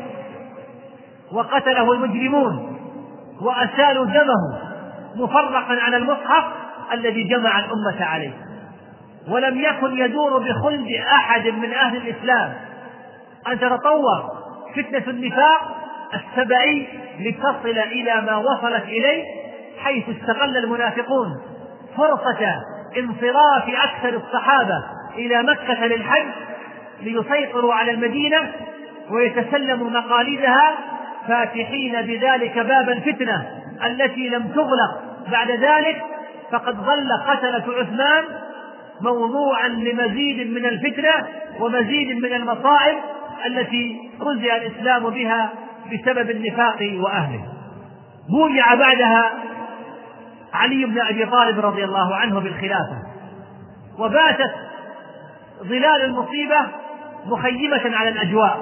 وقتله المجرمون وأسالوا دمه مفرقا على المصحف الذي جمع الأمة عليه. ولم يكن يدور بخلد أحد من أهل الإسلام أن تتطور فتنة النفاق السبعي لتصل إلى ما وصلت إليه، حيث استغل المنافقون فرصة انصراف أكثر الصحابة إلى مكة للحج ليسيطروا على المدينة ويتسلموا مقاليدها، فاتحين بذلك باب الفتنة التي لم تغلق بعد ذلك. فقد ظل قتلة عثمان موضوعا لمزيد من الفتنة ومزيد من المصائب التي رزق الإسلام بها بسبب النفاق وأهله. بويع بعدها علي بن أبي طالب رضي الله عنه بالخلافة، وباتت ظلال المصيبة مخيمة على الأجواء،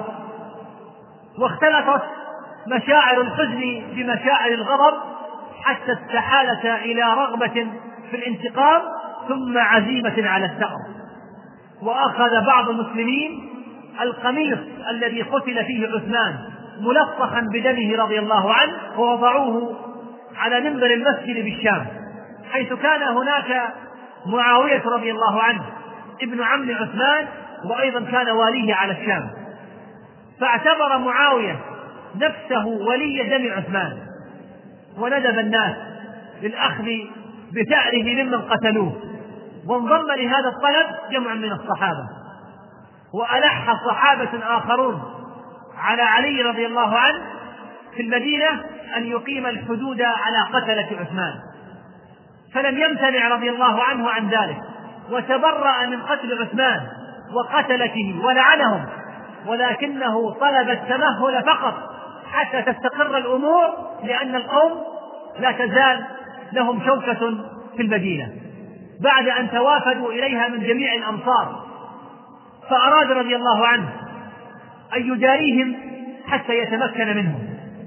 واختلطت مشاعر الحزن بمشاعر الغضب حتى استحالت إلى رغبة في الانتقام ثم عزيمة على الثأر. وأخذ بعض المسلمين القميص الذي قتل فيه عثمان ملطخا بدمه رضي الله عنه ووضعوه على منبر المسجد بالشام، حيث كان هناك معاوية رضي الله عنه ابن عم عثمان وأيضا كان واليه على الشام. فاعتبر معاوية نفسه ولي دم عثمان، وندب الناس للأخذ بثأره ممن قتلوه، وانضم لهذا الطلب جمع من الصحابة. وألح صحابة آخرون على علي رضي الله عنه في المدينة أن يقيم الحدود على قتلة عثمان، فلم يمتنع رضي الله عنه عن ذلك، وتبرأ من قتل عثمان وقتلته ولعنهم، ولكنه طلب التمهل فقط حتى تستقر الأمور، لأن القوم لا تزال لهم شوكة في المدينة بعد أن توافدوا إليها من جميع الأمصار. فأراد رضي الله عنه أن يجاريهم حتى يتمكن منهم،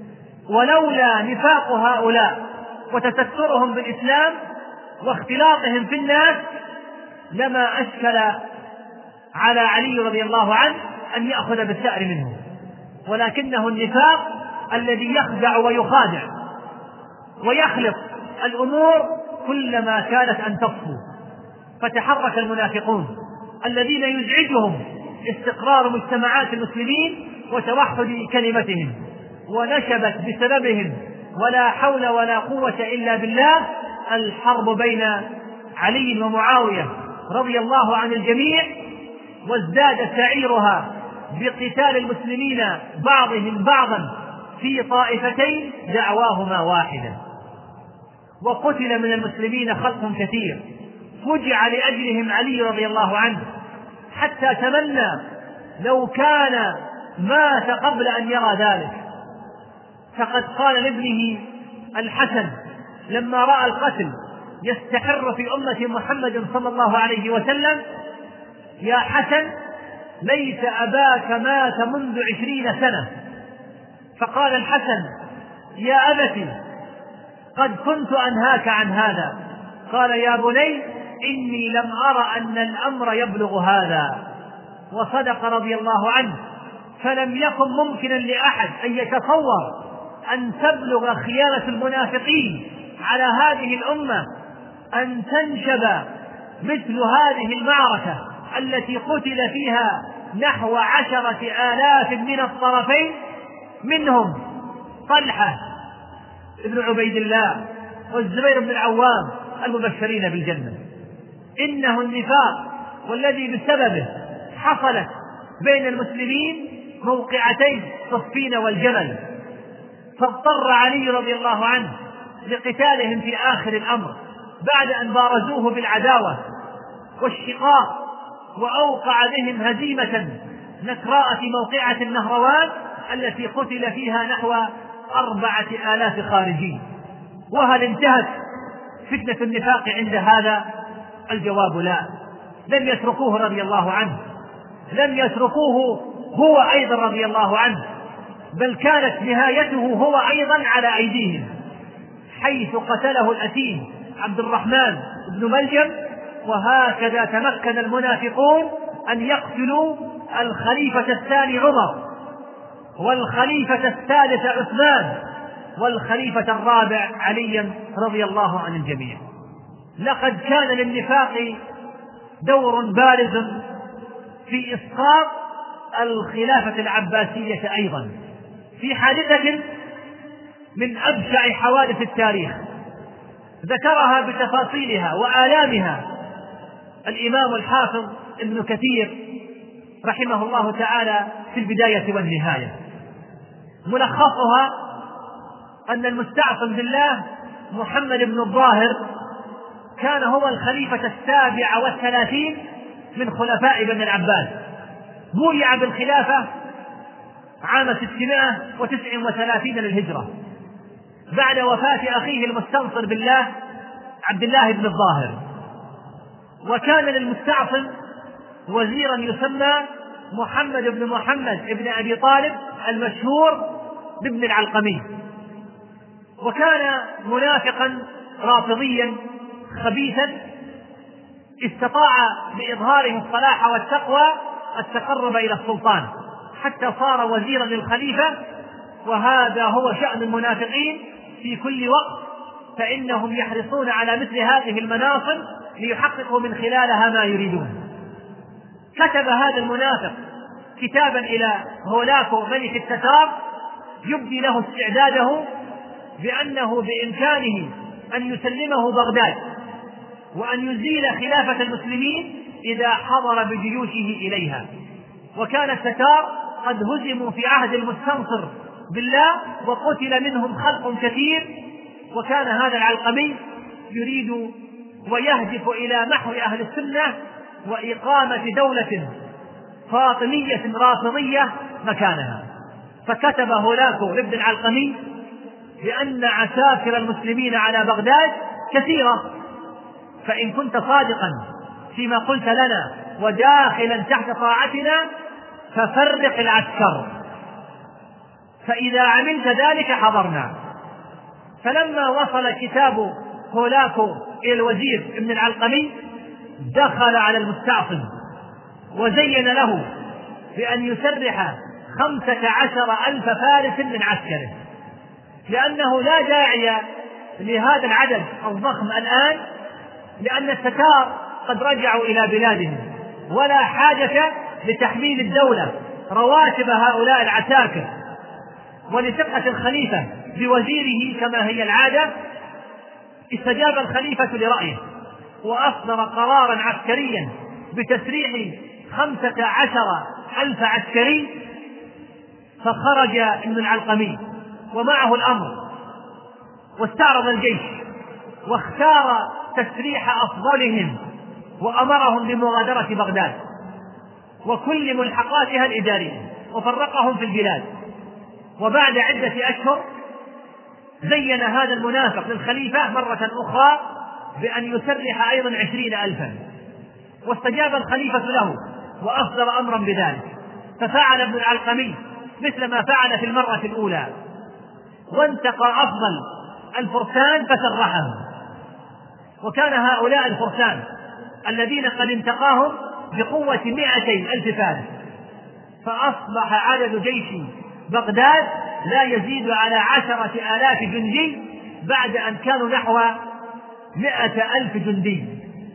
ولولا نفاق هؤلاء وتسترهم بالإسلام واختلاطهم في الناس لما أشكل على علي رضي الله عنه أن يأخذ بالثأر منهم، ولكنه النفاق الذي يخدع ويخادع ويخلط الأمور كلما كانت أن تصفو. فتحرك المنافقون الذين يزعجهم استقرار مجتمعات المسلمين وتوحد كلمتهم، ونشبت بسببهم ولا حول ولا قوة إلا بالله الحرب بين علي ومعاوية رضي الله عن الجميع، وازداد سعيرها بقتال المسلمين بعضهم بعضا في طائفتين دعواهما واحدة. وقتل من المسلمين خلق كثير فجع لأجلهم علي رضي الله عنه، حتى تمنى لو كان مات قبل أن يرى ذلك. فقد قال لابنه الحسن لما رأى القتل يستحر في أمة محمد صلى الله عليه وسلم: يا حسن ليس أباك مات منذ 20 سنة. فقال الحسن: يا أبتي قد كنت أنهاك عن هذا. قال: يا بني إني لم أرى أن الأمر يبلغ هذا. وصدق رضي الله عنه، فلم يكن ممكنا لأحد أن يتصور أن تبلغ خيانة المنافقين على هذه الأمة أن تنشب مثل هذه المعركة التي قتل فيها نحو 10,000 من الطرفين، منهم طلحة ابن عبيد الله والزبير بن العوام المبشرين بالجنة. إنه النفاق والذي بسببه حصلت بين المسلمين موقعتين صفين والجمل، فاضطر علي رضي الله عنه لقتالهم في آخر الأمر بعد أن بارزوه بالعداوة والشقاق، وأوقع بهم هزيمة نكراء في موقعة النهروان التي قتل فيها نحو 4,000 خارجين. وهل انتهت فتنة النفاق عند هذا؟ الجواب لا. لم يتركوه رضي الله عنه، لم يتركوه هو أيضا رضي الله عنه، بل كانت نهايته هو أيضا على أيديهم، حيث قتله الأثيم عبد الرحمن بن ملجم. وهكذا تمكن المنافقون أن يقتلوا الخليفة الثاني عمر، والخليفة الثالث عثمان، والخليفة الرابع عليا رضي الله عن الجميع. لقد كان للنفاق دور بارز في إسقاط الخلافة العباسية أيضا، في حادثة من أبشع حوادث التاريخ ذكرها بتفاصيلها وآلامها الإمام الحافظ ابن كثير رحمه الله تعالى في البداية والنهاية. ملخصها أن المستعصم بالله محمد بن الظاهر كان هو الخليفة 37 من خلفاء بني العباس، بويع بالخلافة عام 639 للهجرة بعد وفاة أخيه المستنصر بالله عبد الله بن الظاهر. وكان للمستعصم وزيرا يسمى محمد بن محمد بن أبي طالب المشهور بابن العلقمي، وكان منافقا رافضيا خبيثا استطاع بإظهاره الصلاح والتقوى التقرب إلى السلطان حتى صار وزيرا للخليفة. وهذا هو شأن المنافقين في كل وقت، فإنهم يحرصون على مثل هذه المناصب ليحققوا من خلالها ما يريدون. كتب هذا المنافق كتابا إلى هولاكو ملك التتار يبدي له استعداده بأنه بإمكانه أن يسلمه بغداد وأن يزيل خلافة المسلمين إذا حضر بجيوشه إليها. وكان التتار قد هزموا في عهد المستنصر بالله وقتل منهم خلق كثير، وكان هذا العلقمي يريد ويهدف إلى محو أهل السنة وإقامة دولة فاطمية رافضية مكانها. فكتب هولاكو لابن العلقمي بأن عساكر المسلمين على بغداد كثيرة، فإن كنت صادقا فيما قلت لنا وداخلا تحت طاعتنا ففرق العسكر، فإذا عملت ذلك حضرنا. فلما وصل كتاب هولاكو إلى الوزير ابن العلقمي دخل على المستعصم وزين له بأن يسرح 15,000 فارس من عسكره، لأنه لا داعي لهذا العدد الضخم الآن، لأن التتار قد رجعوا إلى بلادهم، ولا حاجة لتحميل الدولة رواتب هؤلاء العساكر. ولثقة الخليفة بوزيره كما هي العادة استجاب الخليفة لرأيه وأصدر قرارا عسكريا بتسريح 15,000 عسكري. فخرج ابن العلقمي ومعه الأمر واستعرض الجيش واختار تسريح أفضلهم وأمرهم بمغادرة بغداد وكل ملحقاتها الإدارية وفرقهم في البلاد. وبعد عدة أشهر زين هذا المنافق للخليفة مرة أخرى بأن يسرح أيضا 20,000، واستجاب الخليفة له وأصدر أمرا بذلك. ففعل ابن العلقمي مثل ما فعل في المرة الأولى، وانتقى أفضل الفرسان فسرحهم. وكان هؤلاء الفرسان الذين قد انتقاهم بقوة 200,000 فارس، فأصبح عدد جيش بغداد لا يزيد على 10,000 جندي بعد أن كانوا نحو 100,000 جندي.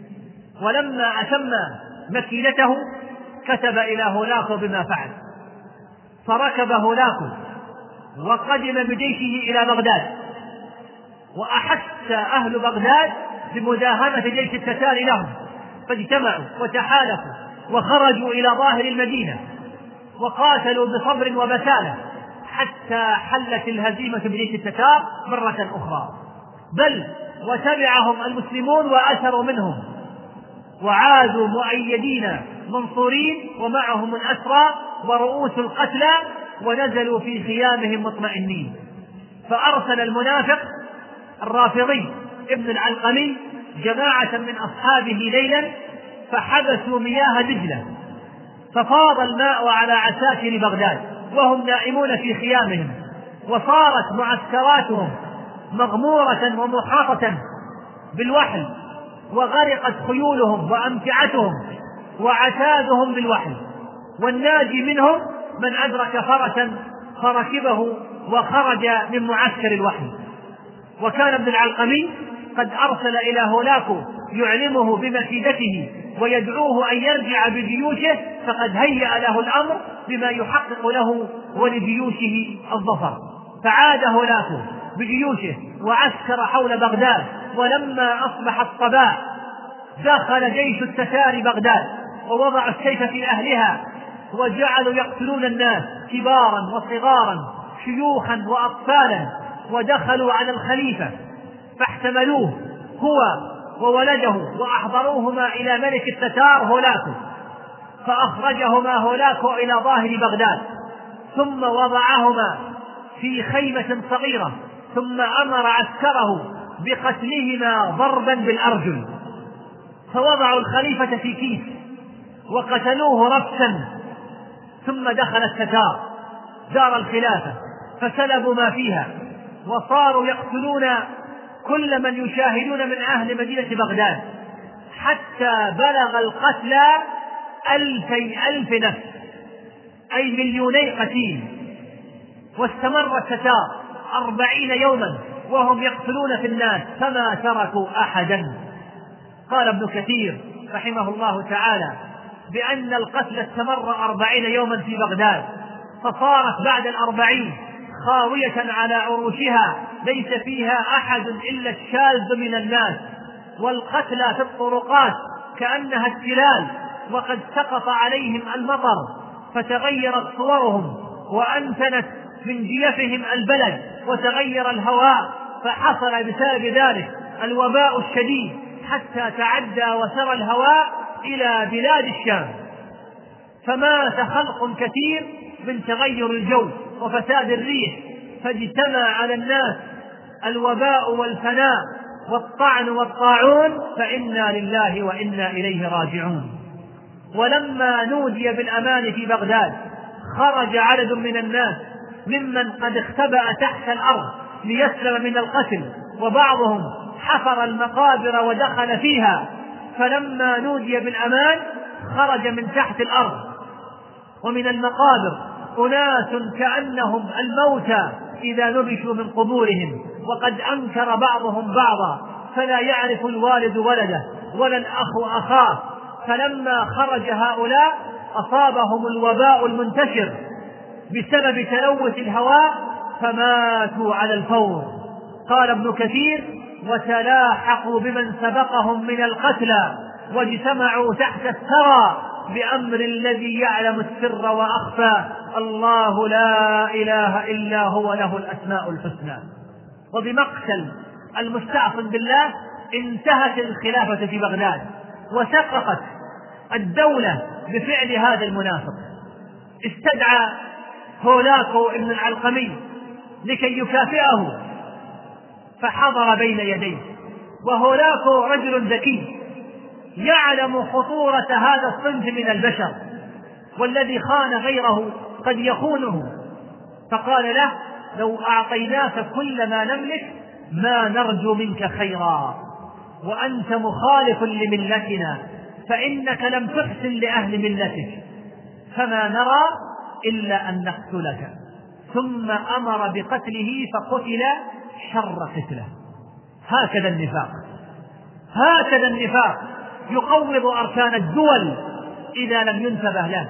ولما أتم مكيدته كتب إلى هولاكو بما فعل، فركب هولاكو وقدم بجيشه إلى بغداد، وأحس أهل بغداد بمداهمة جيش التتار لهم، فاجتمعوا وتحالفوا وخرجوا إلى ظاهر المدينة وقاتلوا بصبر وبسالة حتى حلت الهزيمة بجيش التتار مرة أخرى، بل وتبعهم المسلمون وأسروا منهم وعادوا مؤيدين منصورين ومعهم الأسرى ورؤوس القتلى، ونزلوا في خيامهم مطمئنين. فأرسل المنافق الرافضي ابن العلقمي جماعة من أصحابه ليلا فحبسوا مياه دجلة، ففاض الماء على عساكر بغداد وهم نائمون في خيامهم، وصارت معسكراتهم مغمورة ومحاطة بالوحل، وغرقت خيولهم وأمتعتهم وعتادهم بالوحل، والناجي منهم من أدرك فرسا فركبه وخرج من معسكر الوحل. وكان ابن العلقمي قد أرسل إلى هولاكو يعلمه بمكيدته ويدعوه أن يرجع بجيوشه، فقد هيأ له الأمر بما يحقق له ولجيوشه الظفر. فعاد هولاكو بجيوشه وعسكر حول بغداد، ولما أصبح الصباح دخل جيش التتار بغداد ووضعوا السيف في أهلها وجعلوا يقتلون الناس كبارا وصغارا شيوخا وأطفالا، ودخلوا على الخليفة فاحتملوه هو وولده وأحضروهما إلى ملك التتار هولاكو، فأخرجهما هولاكو إلى ظاهر بغداد ثم وضعهما في خيمة صغيرة، ثم أمر عسكره بقتلهما ضربا بالأرجل، فوضعوا الخليفة في كيس وقتلوه رفسا. ثم دخل التتار دار الخلافة فسلبوا ما فيها وصاروا يقتلون كل من يشاهدون من أهل مدينة بغداد، حتى بلغ القتلى 2,000 نفس، أي 2,000,000 قتيل. واستمر التتار 40 يوما وهم يقتلون في الناس فما تركوا أحدا. قال ابن كثير رحمه الله تعالى بأن القتل استمر 40 يوما في بغداد، فصارت بعد 40 خاوية على عروشها ليس فيها أحد إلا الشاذ من الناس، والقتلى في الطرقات كأنها التلال، وقد سقط عليهم المطر فتغيرت صورهم وأنتنت من جيفهم البلد وتغير الهواء، فحصل بسبب ذلك الوباء الشديد حتى تعدى وسرى الهواء إلى بلاد الشام، فمات خلق كثير من تغير الجو وفساد الريح، فاجتمع على الناس الوباء والفناء والطعن والطاعون، فإنا لله وإنا إليه راجعون. ولما نودي بالأمان في بغداد خرج عدد من الناس ممن قد اختبأ تحت الأرض ليسلم من القتل، وبعضهم حفر المقابر ودخل فيها، فلما نودي بالأمان خرج من تحت الأرض ومن المقابر أناس كأنهم الموتى إذا نبشوا من قبورهم، وقد أنكر بعضهم بعضا، فلا يعرف الوالد ولده ولا الأخ أخاه. فلما خرج هؤلاء أصابهم الوباء المنتشر بسبب تلوث الهواء فماتوا على الفور. قال ابن كثير: وتلاحقوا بمن سبقهم من القتلى واجتمعوا تحت الثرى بأمر الذي يعلم السر وأخفى، الله لا إله إلا هو له الأسماء الحسنى. وبمقتل المستعصم بالله انتهت الخلافة في بغداد، وسقطت الدولة بفعل هذا المنافق. استدعى هولاكو ابن العلقمي لكي يكافئه، فحضر بين يديه، وهولاكو رجل ذكي يعلم خطورة هذا الصنف من البشر، والذي خان غيره قد يخونه، فقال له: لو أعطيناك كل ما نملك ما نرجو منك خيرا، وأنت مخالف لملتنا، فإنك لم تحسن لأهل ملتك، فما نرى إلا أن نقتلك. ثم أمر بقتله فقتل شر قتله. هكذا النفاق، هكذا النفاق يقوض أركان الدول إذا لم ينتبه له.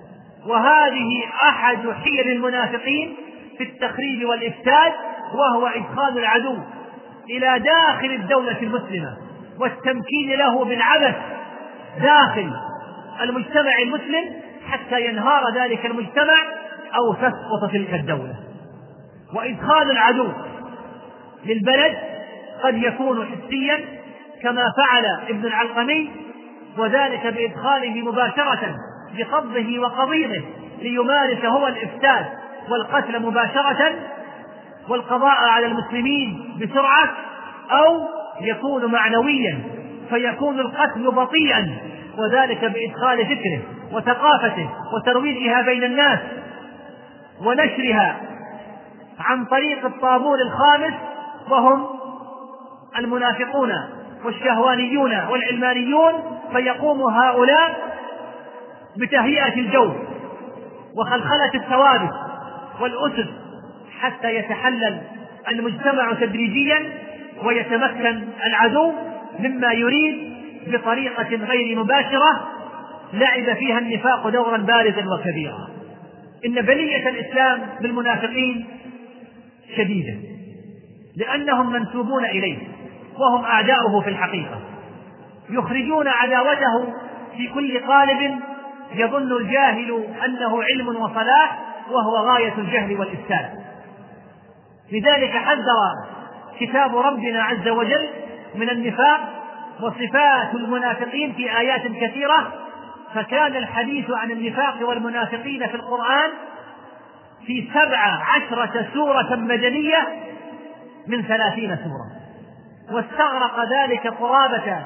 وهذه أحد حيل المنافقين في التخريب والإفساد، وهو إدخال العدو إلى داخل الدولة المسلمة والتمكين له بالعبث داخل المجتمع المسلم حتى ينهار ذلك المجتمع أو تسقط تلك الدولة. وإدخال العدو للبلد قد يكون حسيا كما فعل ابن العلقمي، وذلك بإدخاله مباشرة بقبضه وقضيضه ليمارس هو الإفساد والقتل مباشرة والقضاء على المسلمين بسرعة، أو يكون معنويا فيكون القتل بطيئا، وذلك بإدخال فكره وثقافته وترويجها بين الناس ونشرها عن طريق الطابور الخامس، وهم المنافقون والشهوانيون والعلمانيون. فيقوم هؤلاء بتهيئة الجو وخلخلة الثوابت والأسس حتى يتحلل المجتمع تدريجيا ويتمكن العدو مما يريد بطريقة غير مباشرة لعب فيها النفاق دورا بارزا وكبيرا. إن بلية الإسلام بالمنافقين شديدة، لأنهم منسوبون إليه وهم أعداؤه في الحقيقة، يخرجون عداوته في كل قالب يظن الجاهل أنه علم وصلاح، وهو غاية الجهل والإفساد. لذلك حذر كتاب ربنا عز وجل من النفاق وصفات المنافقين في آيات كثيرة، فكان الحديث عن النفاق والمنافقين في القرآن في 17 سورة مدنية من 30 سورة، واستغرق ذلك قرابة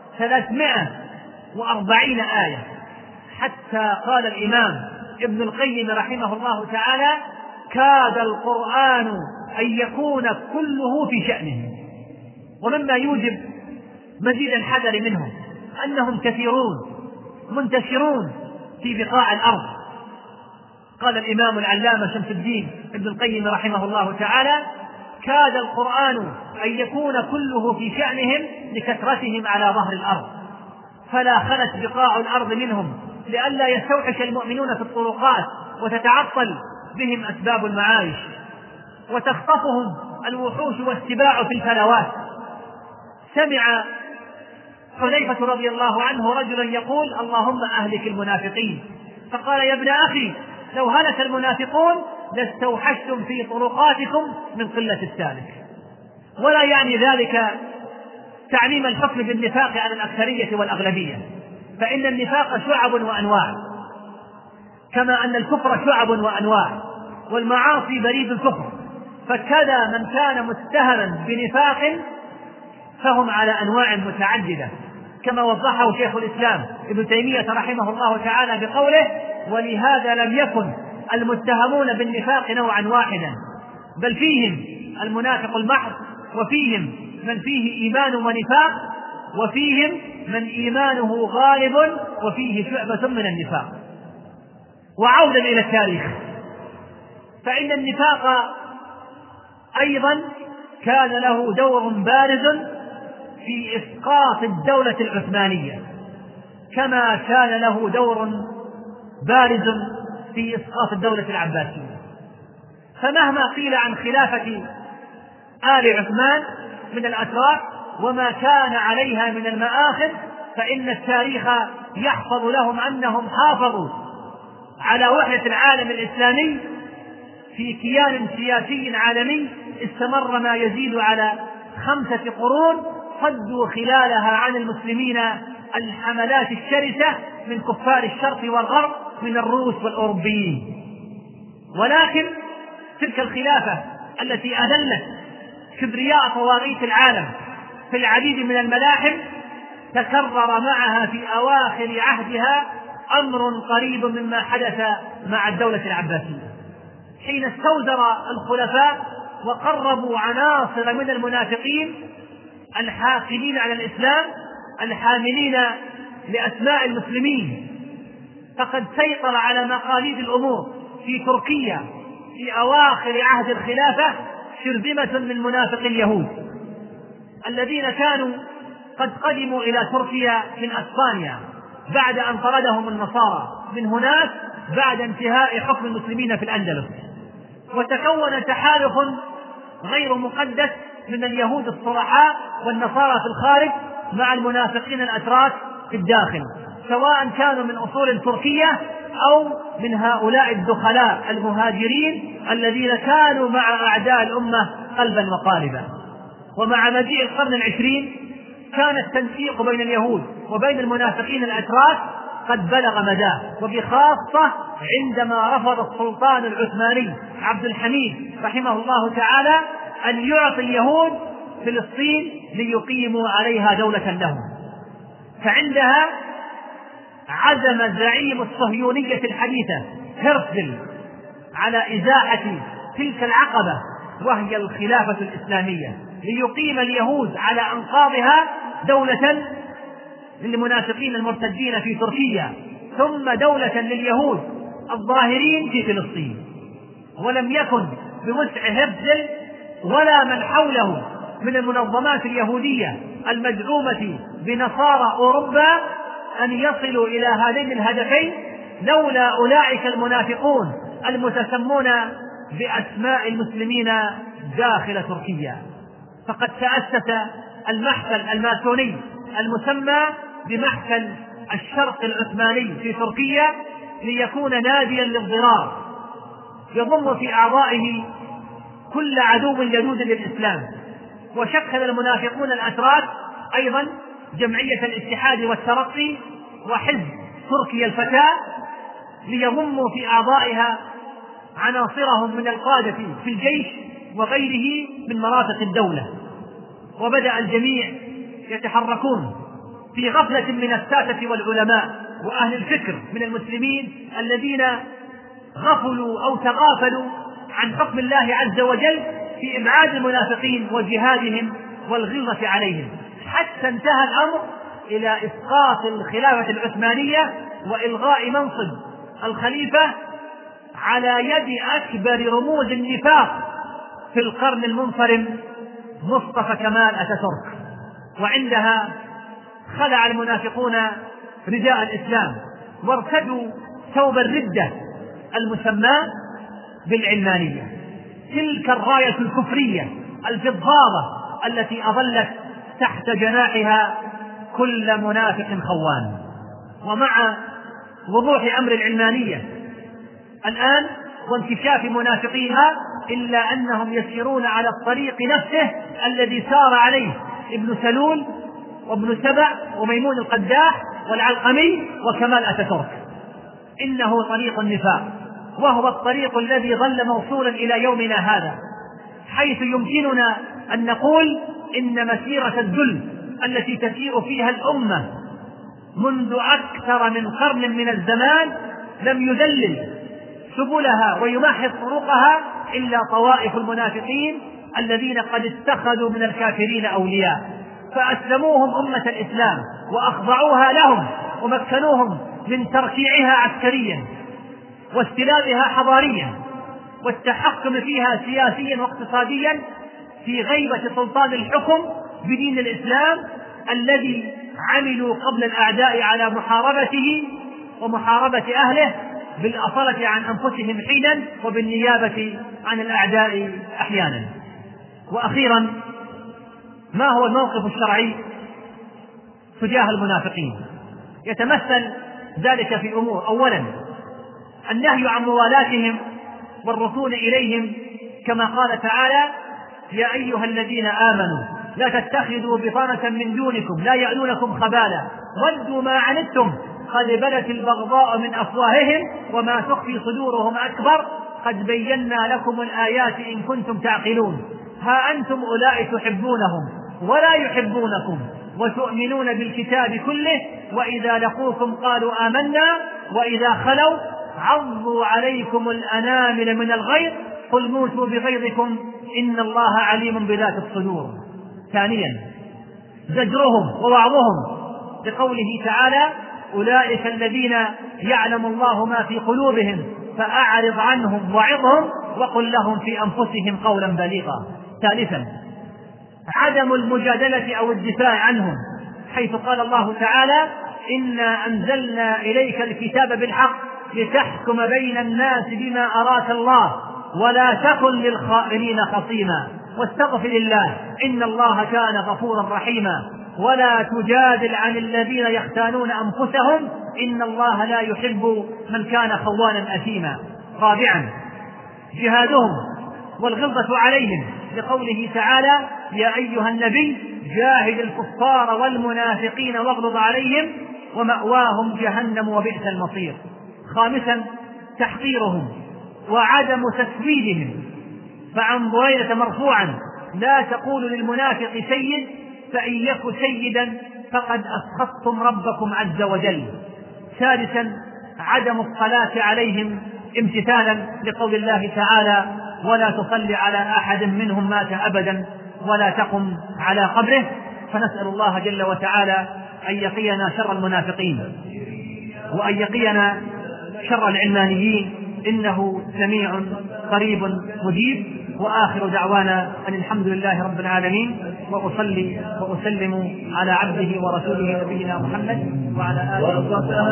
340 آية، حتى قال الإمام ابن القيم رحمه الله تعالى: كاد القرآن أن يكون كله في شأنه. ومما يوجب مزيد الحذر منهم أنهم كثيرون منتشرون في بقاع الأرض. قال الإمام العلامة شمس الدين ابن القيم رحمه الله تعالى: كاد القرآن أن يكون كله في شأنهم لكثرتهم على ظهر الأرض، فلا خلت بقاع الأرض منهم لئلا يستوحش المؤمنون في الطرقات وتتعطل بهم أسباب المعايش، وتخطفهم الوحوش والسباع في الفلوات. سمع حذيفة رضي الله عنه رجلا يقول: اللهم أهلك المنافقين، فقال: يا ابن أخي، لو هلك المنافقون لاستوحشتم في طرقاتكم من قلة السالك. ولا يعني ذلك تعميم الحكم بالنفاق على الأكثرية والأغلبية، فإن النفاق شعب وأنواع، كما أن الكفر شعب وأنواع، والمعاصي بريد الكفر، فكذا من كان متهما بنفاق فهم على أنواع متعددة، كما وضحه شيخ الإسلام ابن تيمية رحمه الله تعالى بقوله: ولهذا لم يكن المتهمون بالنفاق نوعا واحدا، بل فيهم المنافق المحض، وفيهم من فيه إيمان ونفاق، وفيهم من إيمانه غالب وفيه شعبة من النفاق. وعودا إلى التاريخ، فإن النفاق أيضا كان له دور بارز في إسقاط الدولة العثمانية، كما كان له دور بارز في إسقاط الدولة العباسية. فمهما قيل عن خلافة آل عثمان من الأتراك وما كان عليها من المآخذ، فإن التاريخ يحفظ لهم أنهم حافظوا على وحدة العالم الإسلامي في كيان سياسي عالمي استمر ما يزيد على 5 قرون، صدوا خلالها عن المسلمين الحملات الشرسة من كفار الشرق والغرب من الروس والأوروبيين. ولكن تلك الخلافة التي أذلت كبرياء طواغيت العالم في العديد من الملاحم تكرر معها في أواخر عهدها أمر قريب مما حدث مع الدولة العباسية، حين استوزر الخلفاء وقربوا عناصر من المنافقين الحاقدين على الإسلام الحاملين لأسماء المسلمين، فقد سيطر على مقاليد الأمور في تركيا في أواخر عهد الخلافة شرذمة من منافق اليهود الذين كانوا قد قدموا إلى تركيا من أسبانيا بعد أن طردهم النصارى من هناك بعد انتهاء حكم المسلمين في الأندلس، وتكون تحالف غير مقدس من اليهود الصرحاء والنصارى في الخارج مع المنافقين الأتراك في الداخل، سواء كانوا من أصول تركية أو من هؤلاء الدخلاء المهاجرين الذين كانوا مع أعداء الأمة قلبا وقالبا. ومع مجيء القرن العشرين كان التنسيق بين اليهود وبين المنافقين الأتراك قد بلغ مداه، وبخاصة عندما رفض السلطان العثماني عبد الحميد رحمه الله تعالى أن يعطي اليهود فلسطين ليقيموا عليها دولة لهم، فعندها عزم زعيم الصهيونية الحديثة هرتزل على إزاحة تلك العقبة وهي الخلافة الإسلامية، ليقيم اليهود على أنقاضها دولة للمنافقين المرتدين في تركيا، ثم دولة لليهود الظاهرين في فلسطين. ولم يكن بوسع هرتزل ولا من حوله من المنظمات اليهودية المدعومة بنصارى أوروبا أن يصلوا إلى هذين الهدفين لولا أولئك المنافقون المتسمون بأسماء المسلمين داخل تركيا. فقد تأسس المحفل الماسوني المسمى بمحفل الشرق العثماني في تركيا ليكون ناديا للضرار يضم في أعضائه كل عدو لدود للإسلام. وشكل المنافقون الأتراك أيضا جمعية الاتحاد والترقي وحزب تركيا الفتاة ليضموا في أعضائها عناصرهم من القادة في الجيش وغيره من مرافق الدولة. وبدأ الجميع يتحركون في غفلة من الساسة والعلماء وأهل الفكر من المسلمين الذين غفلوا أو تغافلوا عن حكم الله عز وجل في إبعاد المنافقين وجهادهم والغلظة عليهم، حتى انتهى الأمر إلى إسقاط الخلافة العثمانية وإلغاء منصب الخليفة على يد أكبر رموز النفاق في القرن المنصرم مصطفى كمال أتاتورك. وعندها خلع المنافقون رداء الإسلام وارتدوا ثوب الردة المسمى بالعلمانية، تلك الراية الكفرية الفضفاضة التي أظلت تحت جناحها كل منافق خوان. ومع وضوح أمر العلمانية الآن وانكشاف منافقيها إلا أنهم يسيرون على الطريق نفسه الذي سار عليه ابن سلول وابن سبع وميمون القداح والعلقمي وكمال أتاتورك. إنه طريق النفاق وهو الطريق الذي ظل موصولا إلى يومنا هذا، حيث يمكننا أن نقول إن مسيرة الذل التي تسير فيها الأمة منذ أكثر من قرن من الزمان لم يذلل سبلها ويمهد طرقها إلا طوائف المنافقين الذين قد اتخذوا من الكافرين أولياء، فأسلموهم أمة الإسلام وأخضعوها لهم ومكنوهم من تركيعها عسكريا واستلابها حضاريا والتحكم فيها سياسيا واقتصاديا في غيبة سلطان الحكم بدين الإسلام الذي عملوا قبل الأعداء على محاربته ومحاربة أهله بالأصالة عن أنفسهم حينا وبالنيابة عن الأعداء أحيانا. وأخيرا، ما هو الموقف الشرعي تجاه المنافقين؟ يتمثل ذلك في أمور: أولا النهي عن موالاتهم والركون إليهم، كما قال تعالى: يا أيها الذين آمنوا لا تتخذوا بطانة من دونكم لا يألونكم خبالا ودوا ما عنتم قد بدت البغضاء من أفواههم وما تخفي صدورهم أكبر قد بينا لكم الآيات إن كنتم تعقلون ها أنتم أولئك تحبونهم ولا يحبونكم وتؤمنون بالكتاب كله وإذا لقوكم قالوا آمنا وإذا خلوا عضوا عليكم الأنامل من الغيظ قل موتوا بغيظكم إن الله عليم بذات الصدور. ثانيا زجرهم ووعظهم بقوله تعالى: أولئك الذين يعلم الله ما في قلوبهم فأعرض عنهم وعظهم وقل لهم في أنفسهم قولا بليغا. ثالثا عدم المجادلة أو الدفاع عنهم، حيث قال الله تعالى: إنا أنزلنا إليك الكتاب بالحق لتحكم بين الناس بما أراك الله ولا تكن للخائنين خصيما واستغفر الله إن الله كان غفورا رحيما ولا تجادل عن الذين يختانون أنفسهم إن الله لا يحب من كان خوانا أثيما. رابعا جهادهم والغلظة عليهم لقوله تعالى: يا أيها النبي جاهد الكفار والمنافقين واغلظ عليهم ومأواهم جهنم وبئس المصير. خامسا تحقيرهم وعدم تسويدهم، فعن بريدة مرفوعا: لا تقولوا للمنافق سيد فإن يك سيدا فقد أسخطتم ربكم عز وجل. سادسا عدم الصلاة عليهم امتثالا لقول الله تعالى: ولا تصل على أحد منهم مات أبدا ولا تقم على قبره. فنسأل الله جل وتعالى أن يقينا شر المنافقين وأن يقينا شر العلمانيين إنه سميع قريب مجيب. وآخر دعوانا أن الحمد لله رب العالمين، وأصلي وأسلم على عبده ورسوله نبينا محمد وعلى آله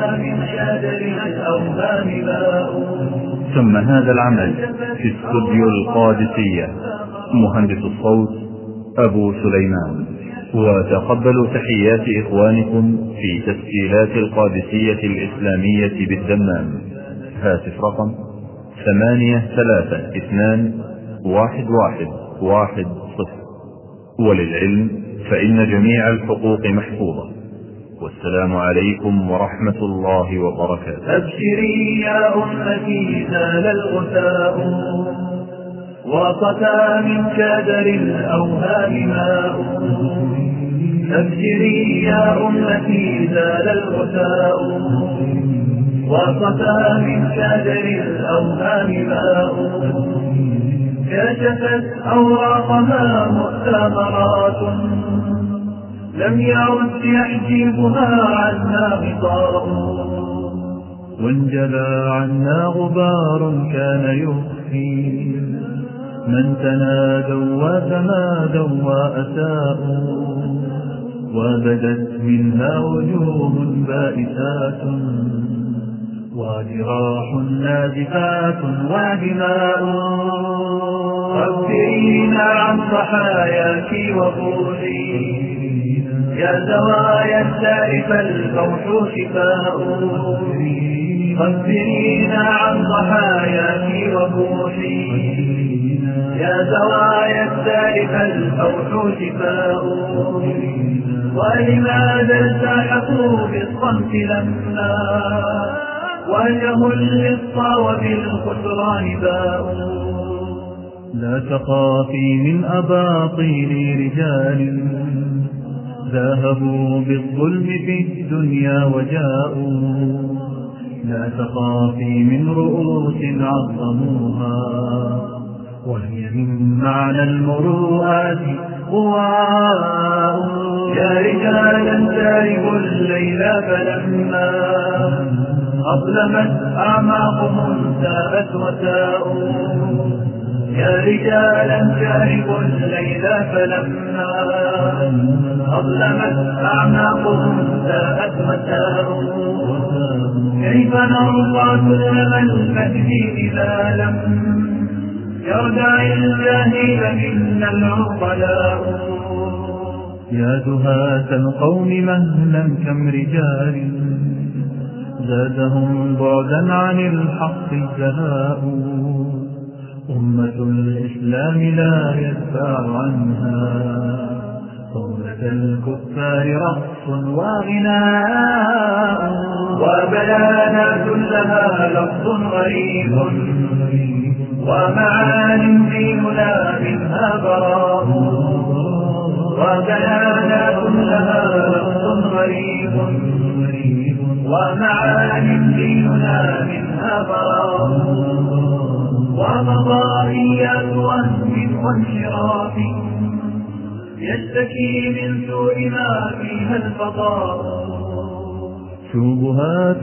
ثم هذا العمل في استوديو القادسية مهندس الصوت أبو سليمان. وتقبلوا تحيات إخوانكم في تسجيلات القادسية الإسلامية بالدمام. هاتف رقم 83211110. وللعلم فإن جميع الحقوق محفوظة. والسلام عليكم ورحمة الله وبركاته. أبشري يا أمتي زال الغثاء وصفى من كدر الأوهام ماء. أبشري يا أمتي زال الغثاء وصفى من كدر الأوهام ماء. كشفت أوراقها مؤتمرات لم يعد يحجبها عنا غطاء. وانجلى عنا غبار كان يخفي من تنادوا وتمادوا وأساءوا. وبدت منها وجوه بائسات وجراح نازفات ودماء. خبرينا عن ضحاياك وبوحي يا زوايا السائف الفوح شفاء. خبرينا عن ضحاياك وبوحي يا زوايا السائف الفوح شفاء. ولماذا التحقوا بالصمت لما وجه للصى وبالخسران باء. لا تخافي من أباطيل رجال ذهبوا بالظلم في الدنيا وجاءوا. لا تخافي من رؤوس عظموها وهي من معنى المروءات قواء. يا رجالا تاربوا الليل فلما أظلمت أعماقهم ساءت وساءوا. يا رجالا تاربوا الليل فلما أظلمت أعماقهم ساءت وساءوا. كيف نرضى سلم المجد إذا لم يردع الجاهل منا العقلاء. يا دهاة القوم مهلا كم رجال زادهم بعدا عن الحق الزهاء. أمة الإسلام لا يدفع عنها صولة الكفار رقص وغناء. وبيانات لها لفظ غريب ومعان ديننا منها براء. وبيانات لها لفظ غريب ومعان ديننا منها براء. ومضائيات وهم وانحراف يشتكي من سوء ما فيها الفضاء. شبهات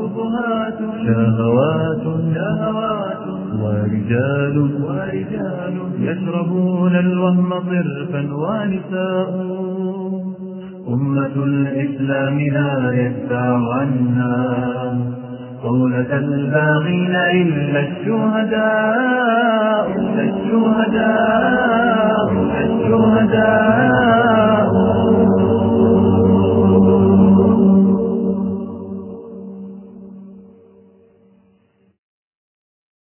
شهوات ورجال يشربون الوهم صرفا ونساء. أمة الإسلام لا يدفع عنها قولة الباغين إلا الشهداء.